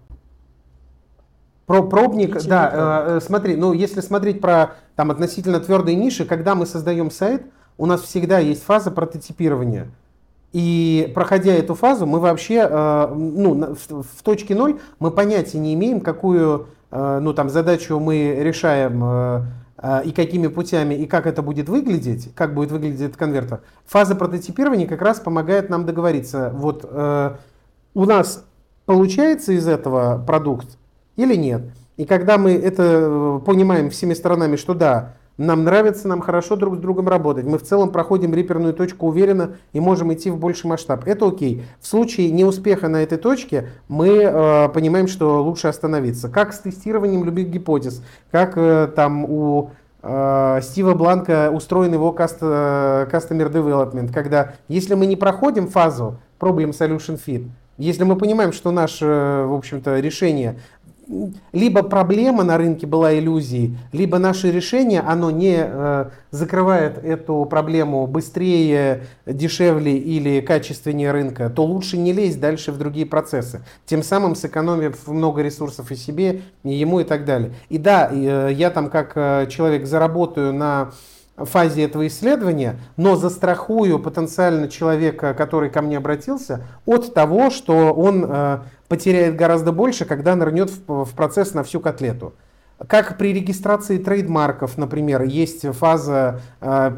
Пробник, да, смотри, ну если смотреть про там относительно твердые ниши, когда мы создаем сайт, у нас всегда есть фаза прототипирования. И проходя эту фазу, мы вообще, ну, в точке 0 мы понятия не имеем, какую, ну, там, задачу мы решаем и какими путями, и как это будет выглядеть, как будет выглядеть этот конвертер. Фаза прототипирования как раз помогает нам договориться, вот у нас получается из этого продукт или нет. И когда мы это понимаем всеми сторонами, что да, нам нравится, нам хорошо друг с другом работать, мы в целом проходим реперную точку уверенно и можем идти в больший масштаб, это окей. В случае неуспеха на этой точке мы понимаем, что лучше остановиться. Как с тестированием любых гипотез, как там у Стива Бланка устроен его Customer Development, когда если мы не проходим фазу Problem Solution Fit, если мы понимаем, что наше, в общем-то, решение, либо проблема на рынке была иллюзией, либо наше решение, оно не закрывает эту проблему быстрее, дешевле или качественнее рынка, то лучше не лезть дальше в другие процессы, тем самым сэкономив много ресурсов и себе, и ему и так далее. И да, я там как человек заработаю на фазе этого исследования, но застрахую потенциально человека, который ко мне обратился, от того, что он потеряет гораздо больше, когда нырнет в процесс на всю котлету. Как при регистрации трейдмарков, например, есть фаза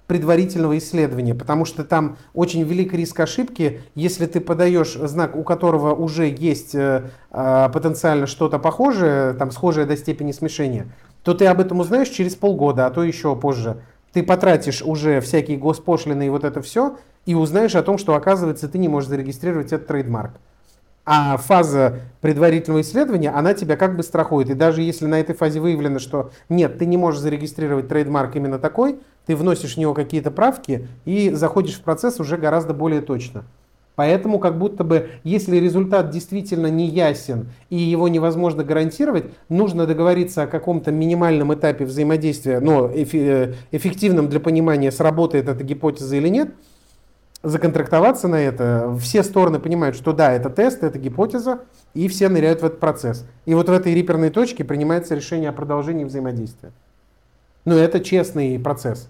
предварительного исследования, потому что там очень велик риск ошибки, если ты подаешь знак, у которого уже есть потенциально что-то похожее, там схожее до степени смешения, то ты об этом узнаешь через полгода, а то еще позже. Ты потратишь уже всякие госпошлины и вот это все, и узнаешь о том, что, оказывается, ты не можешь зарегистрировать этот трейдмарк. А фаза предварительного исследования, она тебя как бы страхует. И даже если на этой фазе выявлено, что нет, ты не можешь зарегистрировать трейдмарк именно такой, ты вносишь в него какие-то правки и заходишь в процесс уже гораздо более точно. Поэтому как будто бы, если результат действительно не ясен и его невозможно гарантировать, нужно договориться о каком-то минимальном этапе взаимодействия, но эффективном для понимания, сработает эта гипотеза или нет, законтрактоваться на это. Все стороны понимают, что да, это тест, это гипотеза, и все ныряют в этот процесс. И вот в этой реперной точке принимается решение о продолжении взаимодействия. Но это честный процесс.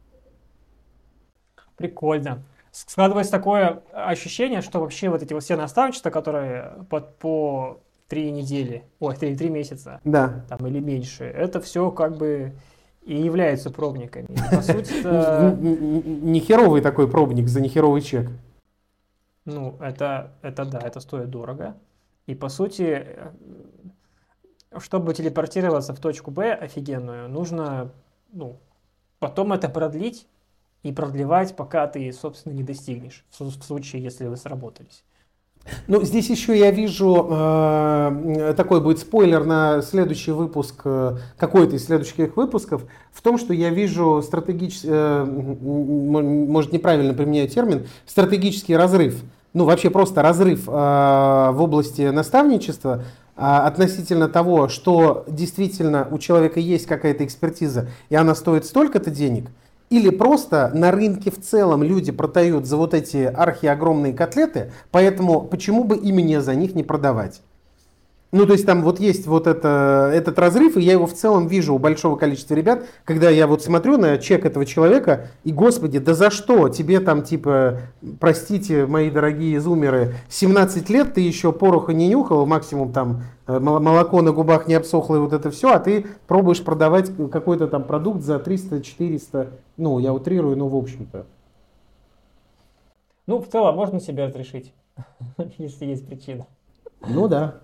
Прикольно. Складывается такое ощущение, что вообще вот эти вот все наставничества, которые по 3 недели, 3 месяца, Да. там, или меньше, это все как бы и являются пробниками. И, по сути, Нехеровый такой пробник за нехеровый чек. ну, это да, это стоит дорого. И, по сути, чтобы телепортироваться в точку Б офигенную, нужно, ну, потом это продлить и продлевать, пока ты, собственно, не достигнешь, в случае, если вы сработались. Ну, здесь еще я вижу, такой будет спойлер на следующий выпуск, какой-то из следующих выпусков, в том, что я вижу стратегический, может неправильно применяю термин, стратегический разрыв, ну вообще просто разрыв в области наставничества относительно того, что действительно у человека есть какая-то экспертиза, и она стоит столько-то денег, или просто на рынке в целом люди продают за вот эти архиогромные котлеты, поэтому почему бы им мне за них не продавать? Ну, то есть там вот есть вот этот разрыв, и я его в целом вижу у большого количества ребят, когда я вот смотрю на чек этого человека, и, господи, да за что? Тебе там типа, простите, мои дорогие зумеры, 17 лет ты еще пороха не нюхал, максимум там молоко на губах не обсохло и вот это все, а ты пробуешь продавать какой-то там продукт за 300-400, ну, я утрирую, но в общем-то. Ну, в целом, можно себе разрешить, если есть причина. Ну да.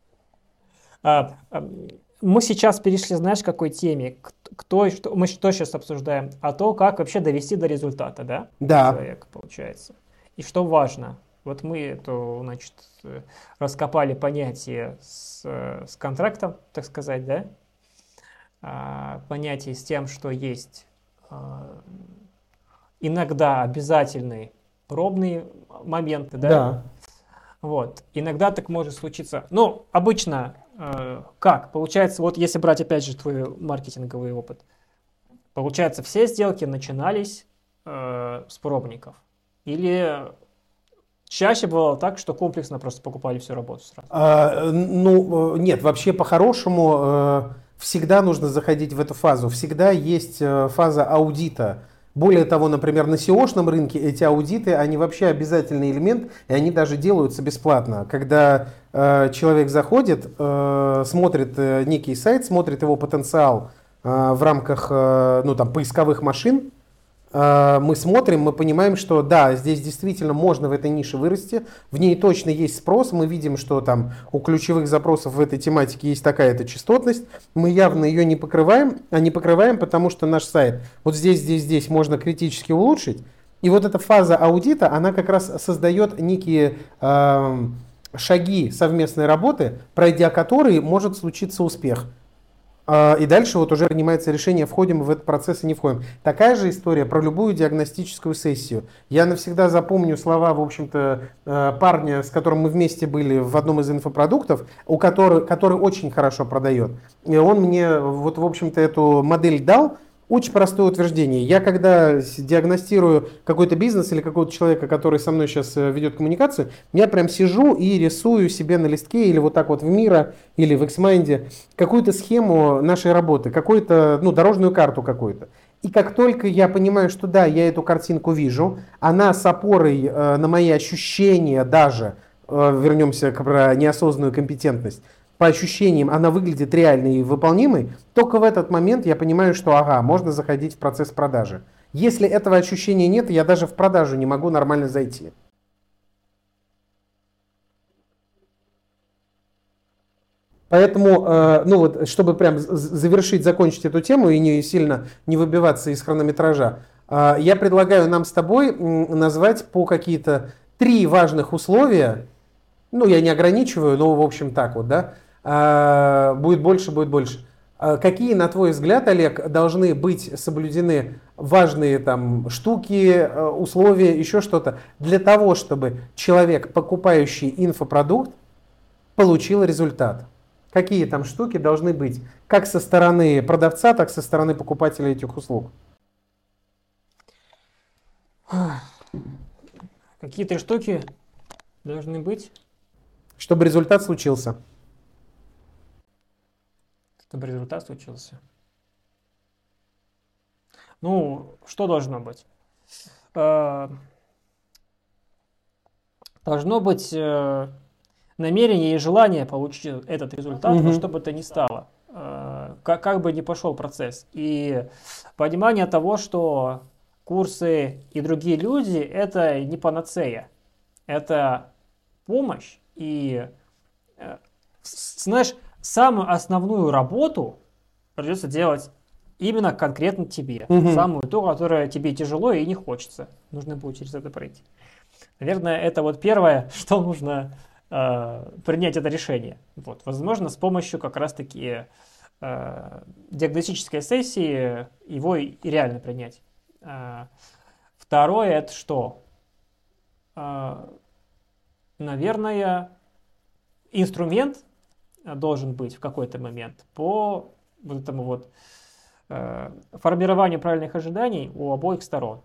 Мы сейчас перешли, знаешь, к какой теме? Мы что сейчас обсуждаем? А то, как вообще довести до результата, да? Да. Человека, получается. И что важно? Вот мы это, значит, раскопали понятие с контрактом, так сказать, да? Понятие с тем, что есть иногда обязательные пробные моменты, да? Да. Вот. Иногда так может случиться. Ну, обычно как? Получается, вот если брать опять же твой маркетинговый опыт, получается, все сделки начинались с пробников? Или чаще бывало так, что комплексно просто покупали всю работу сразу? Ну, нет, вообще по-хорошему всегда нужно заходить в эту фазу. Всегда есть фаза аудита. Более того, например, на SEO-шном рынке эти аудиты, они вообще обязательный элемент, и они даже делаются бесплатно. Когда человек заходит, смотрит некий сайт, смотрит его потенциал в рамках ну, там, поисковых машин, мы смотрим, мы понимаем, что да, здесь действительно можно в этой нише вырасти, в ней точно есть спрос, мы видим, что там у ключевых запросов в этой тематике есть такая-то частотность, мы явно ее не покрываем, а не покрываем, потому что наш сайт вот здесь можно критически улучшить, и вот эта фаза аудита, она как раз создает некие шаги совместной работы, пройдя которые может случиться успех. И дальше вот уже принимается решение, входим мы в этот процесс и не входим. Такая же история про любую диагностическую сессию. Я навсегда запомню слова, в общем-то, парня, с которым мы вместе были в одном из инфопродуктов, который очень хорошо продает. И он мне вот, в общем-то, эту модель дал. Очень простое утверждение. Я когда диагностирую какой-то бизнес или какого-то человека, который со мной сейчас ведет коммуникацию, я прям сижу и рисую себе на листке или вот так вот в Мира или в Xmind какую-то схему нашей работы, какую-то, ну, дорожную карту какую-то. И как только я понимаю, что да, я эту картинку вижу, она с опорой на мои ощущения даже, вернемся к неосознанную компетентность, по ощущениям она выглядит реальной и выполнимой, только в этот момент я понимаю, что ага, можно заходить в процесс продажи. Если этого ощущения нет, я даже в продажу не могу нормально зайти. Поэтому, ну вот, чтобы прям завершить, закончить эту тему и не сильно не выбиваться из хронометража, я предлагаю нам с тобой назвать по какие-то 3 важных условия. Ну, я не ограничиваю, но в общем так вот, да. Будет больше, будет больше. Какие, на твой взгляд, Олег, должны быть соблюдены важные там штуки, условия, еще что-то, для того, чтобы человек, покупающий инфопродукт, получил результат? Какие там штуки должны быть, как со стороны продавца, так и со стороны покупателя этих услуг? Какие 3 штуки должны быть? Чтобы результат случился. Чтобы результат случился. Ну, что должно быть? Должно быть намерение и желание получить этот результат, во что бы то ни стало, как бы ни пошел процесс. И понимание того, что курсы и другие люди – это не панацея, это помощь. И, знаешь, самую основную работу придется делать именно конкретно тебе. Самую ту, которая тебе тяжело и не хочется. Нужно будет через это пройти. Наверное, это вот первое, что нужно принять это решение. Вот. Возможно, с помощью как раз-таки диагностической сессии его и реально принять. Второе, это что? Наверное, инструмент должен быть в какой-то момент по вот этому вот формированию правильных ожиданий у обоих сторон.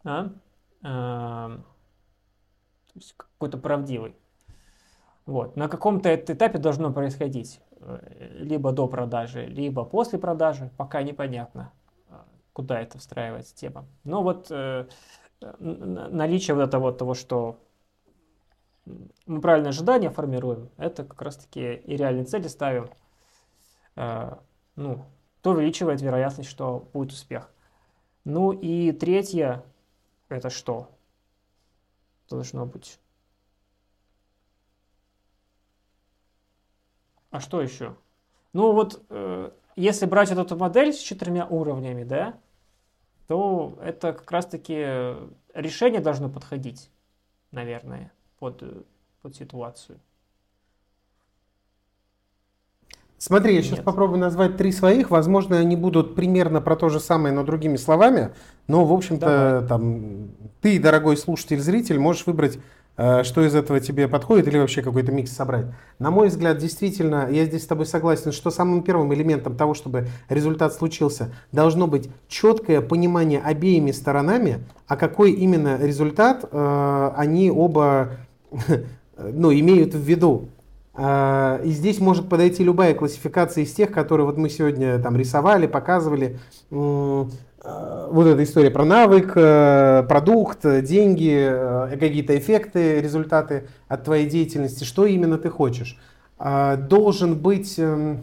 То есть какой-то правдивый. Вот. На каком-то этапе должно происходить, либо до продажи, либо после продажи, пока непонятно, куда это встраивается тема. Но вот наличие вот этого того, что мы правильное ожидание формируем, это как раз-таки и реальные цели ставим, ну, то увеличивает вероятность, что будет успех. Ну и третье, это что должно быть? А что еще? Ну вот, если брать вот эту модель с 4 уровнями, да, то это как раз-таки решение должно подходить, наверное, под ситуацию. Смотри, я сейчас попробую назвать 3 своих. Возможно, они будут примерно про то же самое, но другими словами. Но, в общем-то, там, ты, дорогой слушатель, зритель, можешь выбрать, что из этого тебе подходит, или вообще какой-то микс собрать. На мой взгляд, действительно, я здесь с тобой согласен, что самым первым элементом того, чтобы результат случился, должно быть четкое понимание обеими сторонами, а какой именно результат они оба имеют в виду. И здесь может подойти любая классификация из тех, которые вот мы сегодня там рисовали, показывали. Вот эта история про навык, продукт, деньги, какие-то эффекты, результаты от твоей деятельности. Что именно ты хочешь? Должен быть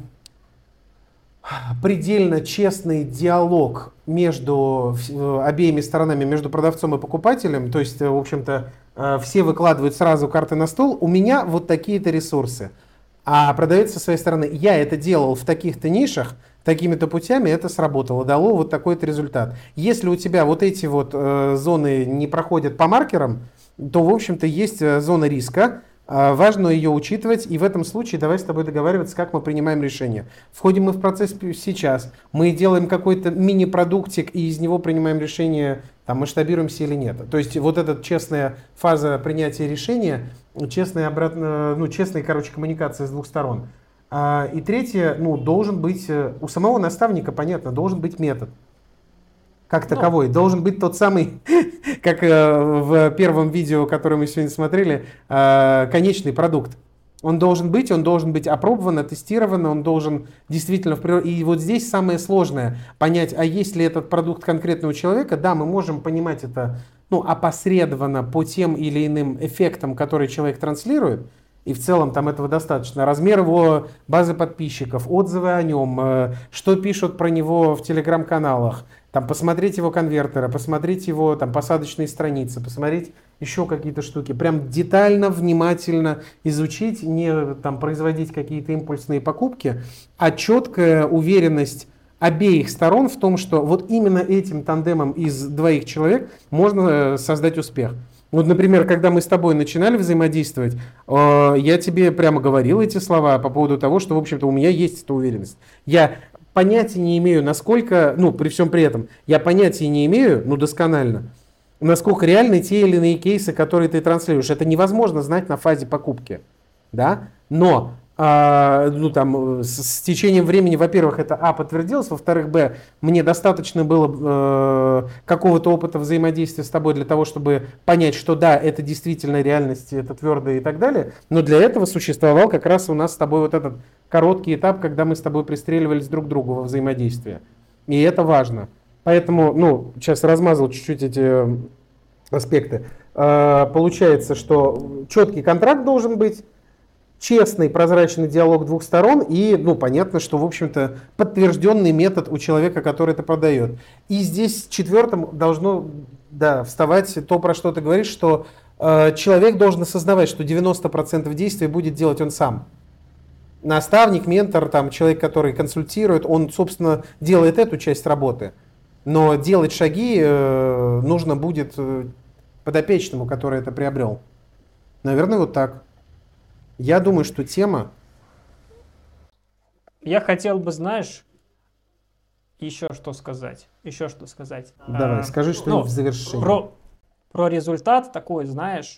предельно честный диалог между обеими сторонами, между продавцом и покупателем. То есть, в общем-то, все выкладывают сразу карты на стол. У меня вот такие-то ресурсы. А продавец со своей стороны, я это делал в таких-то нишах, такими-то путями, это сработало, дало вот такой-то результат. Если у тебя вот эти вот зоны не проходят по маркерам, то, в общем-то, есть зона риска. Важно ее учитывать, и в этом случае давай с тобой договариваться, как мы принимаем решение. Входим мы в процесс сейчас, мы делаем какой-то мини-продуктик, и из него принимаем решение, там, масштабируемся или нет. То есть вот эта честная фаза принятия решения, честная, коммуникация с двух сторон. И третье, должен быть, у самого наставника, понятно, должен быть метод. Как таковой. Должен быть тот самый, как в первом видео, которое мы сегодня смотрели, конечный продукт. Он должен быть опробован, оттестирован, он должен действительно в природе. И вот здесь самое сложное понять, а есть ли этот продукт конкретного человека. Да, мы можем понимать это опосредованно по тем или иным эффектам, которые человек транслирует. И в целом там этого достаточно. Размер его базы подписчиков, отзывы о нем, что пишут про него в телеграм-каналах, там посмотреть его конвертеры, посмотреть его там посадочные страницы, посмотреть еще какие-то штуки. Прям детально, внимательно изучить, не там производить какие-то импульсные покупки, а четкая уверенность обеих сторон в том, что вот именно этим тандемом из двоих человек можно создать успех. Вот, например, когда мы с тобой начинали взаимодействовать, я тебе прямо говорил эти слова по поводу того, что, в общем-то, у меня есть эта уверенность. Я понятия не имею, насколько, ну, при всем при этом, я понятия не имею, ну, досконально, насколько реальны те или иные кейсы, которые ты транслируешь. Это невозможно знать на фазе покупки, да, но ну, там, с течением времени, во-первых, это подтвердилось, во-вторых, мне достаточно было какого-то опыта взаимодействия с тобой для того, чтобы понять, что да, это действительно реальность, это твердое и так далее, но для этого существовал как раз у нас с тобой вот этот короткий этап, когда мы с тобой пристреливались друг к другу во взаимодействии, и это важно. Поэтому, ну, сейчас размазал чуть-чуть эти аспекты. Получается, что четкий контракт должен быть, честный, прозрачный диалог двух сторон и, ну, понятно, что, в общем-то, подтвержденный метод у человека, который это продает. И здесь четвертым должно, да, вставать то, про что ты говоришь, что человек должен осознавать, что 90% действий будет делать он сам. Наставник, ментор, там, человек, который консультирует, он, собственно, делает эту часть работы. Но делать шаги нужно будет подопечному, который это приобрел. Наверное, вот так. Я думаю, что тема... Я хотел бы, знаешь, еще что сказать. Давай, скажи что-нибудь в завершении. Про результат такой, знаешь,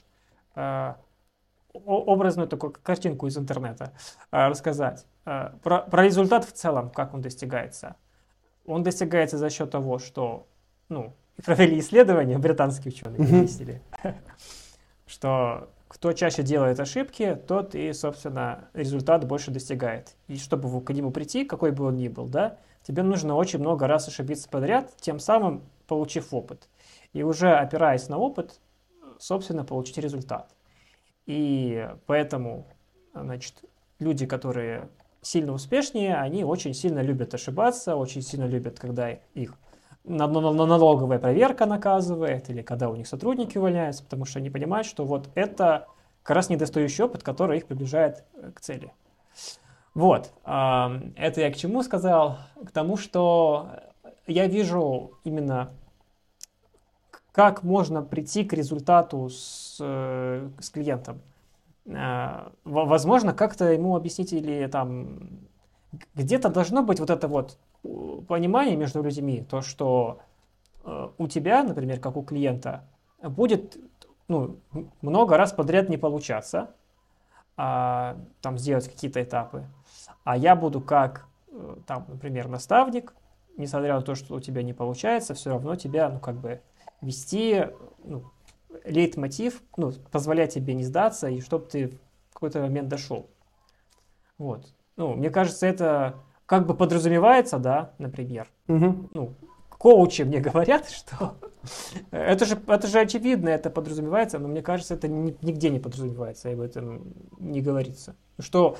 образную такую картинку из интернета рассказать. Про результат в целом, как он достигается. Он достигается за счет того, что, ну, провели исследования, британские ученые выяснили, что кто чаще делает ошибки, тот и, собственно, результат больше достигает. И чтобы к нему прийти, какой бы он ни был, да, тебе нужно очень много раз ошибиться подряд, тем самым получив опыт. И уже опираясь на опыт, собственно, получить результат. И поэтому, значит, люди, которые сильно успешнее, они очень сильно любят ошибаться, очень сильно любят, когда их налоговая проверка наказывает, или когда у них сотрудники увольняются, потому что они понимают, что вот это как раз недостающий опыт, который их приближает к цели. Вот. Это я к чему сказал? К тому, что я вижу именно, как можно прийти к результату с клиентом. Возможно, как-то ему объяснить или там где-то должно быть вот это вот понимание между людьми, то, что у тебя, например, как у клиента, будет, ну, много раз подряд не получаться, там сделать какие-то этапы, а я буду как, там, например, наставник, несмотря на то, что у тебя не получается, все равно тебя, ну, как бы вести, ну, лейтмотив, ну, позволять тебе не сдаться, и чтобы ты в какой-то момент дошел. Вот. Ну, мне кажется, это как бы подразумевается, да, например. Ну, коучи мне говорят, что это же очевидно, это подразумевается, но мне кажется, это нигде не подразумевается, и об этом не говорится. Что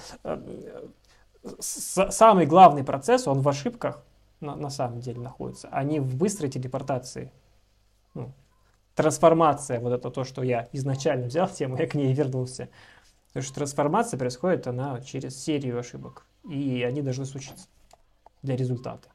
самый главный процесс, он в ошибках на самом деле находится, а не в быстрой телепортации. Ну, трансформация, вот это то, что я изначально взял тему, я к ней вернулся. Потому что трансформация происходит, она через серию ошибок. И они должны случиться для результата.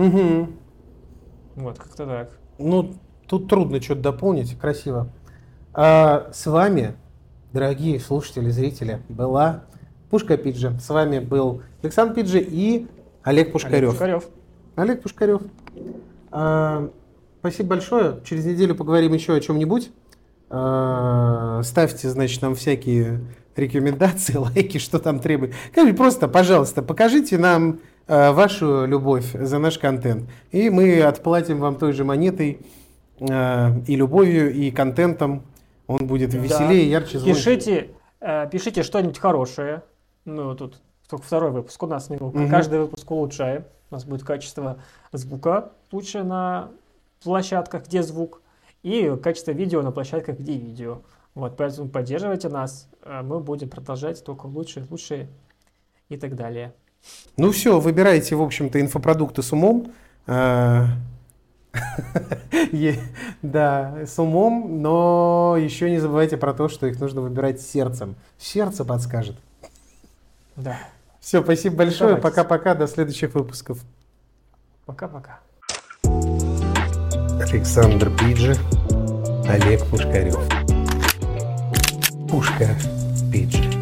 Вот, как-то так. Ну, тут трудно что-то дополнить, красиво. С вами, дорогие слушатели, зрители, была Пушка Пиджи. С вами был Александр Пиджи и Олег Пушкарев. Олег Пушкарев. Спасибо большое. Через неделю поговорим еще о чем-нибудь. Ставьте, значит, нам всякие рекомендации, лайки, что там требует. Просто, пожалуйста, покажите нам вашу любовь за наш контент. И мы отплатим вам той же монетой и любовью, и контентом. Он будет веселее, ярче, звонче. Пишите что-нибудь хорошее. Ну, тут только второй выпуск у нас. Каждый выпуск улучшаем. У нас будет качество звука лучше на площадках, где звук, и качество видео на площадках, где видео. Вот, поэтому поддерживайте нас, мы будем продолжать только лучше и так далее. Ну все, выбирайте, в общем-то, инфопродукты с умом. Да, с умом, но еще не забывайте про то, что их нужно выбирать сердцем. Сердце подскажет. Да. Все, спасибо большое. Оставайтесь. Пока-пока, до следующих выпусков. Пока-пока. Александр Пиджи, Олег Пушкарев. Пушка Пиджи.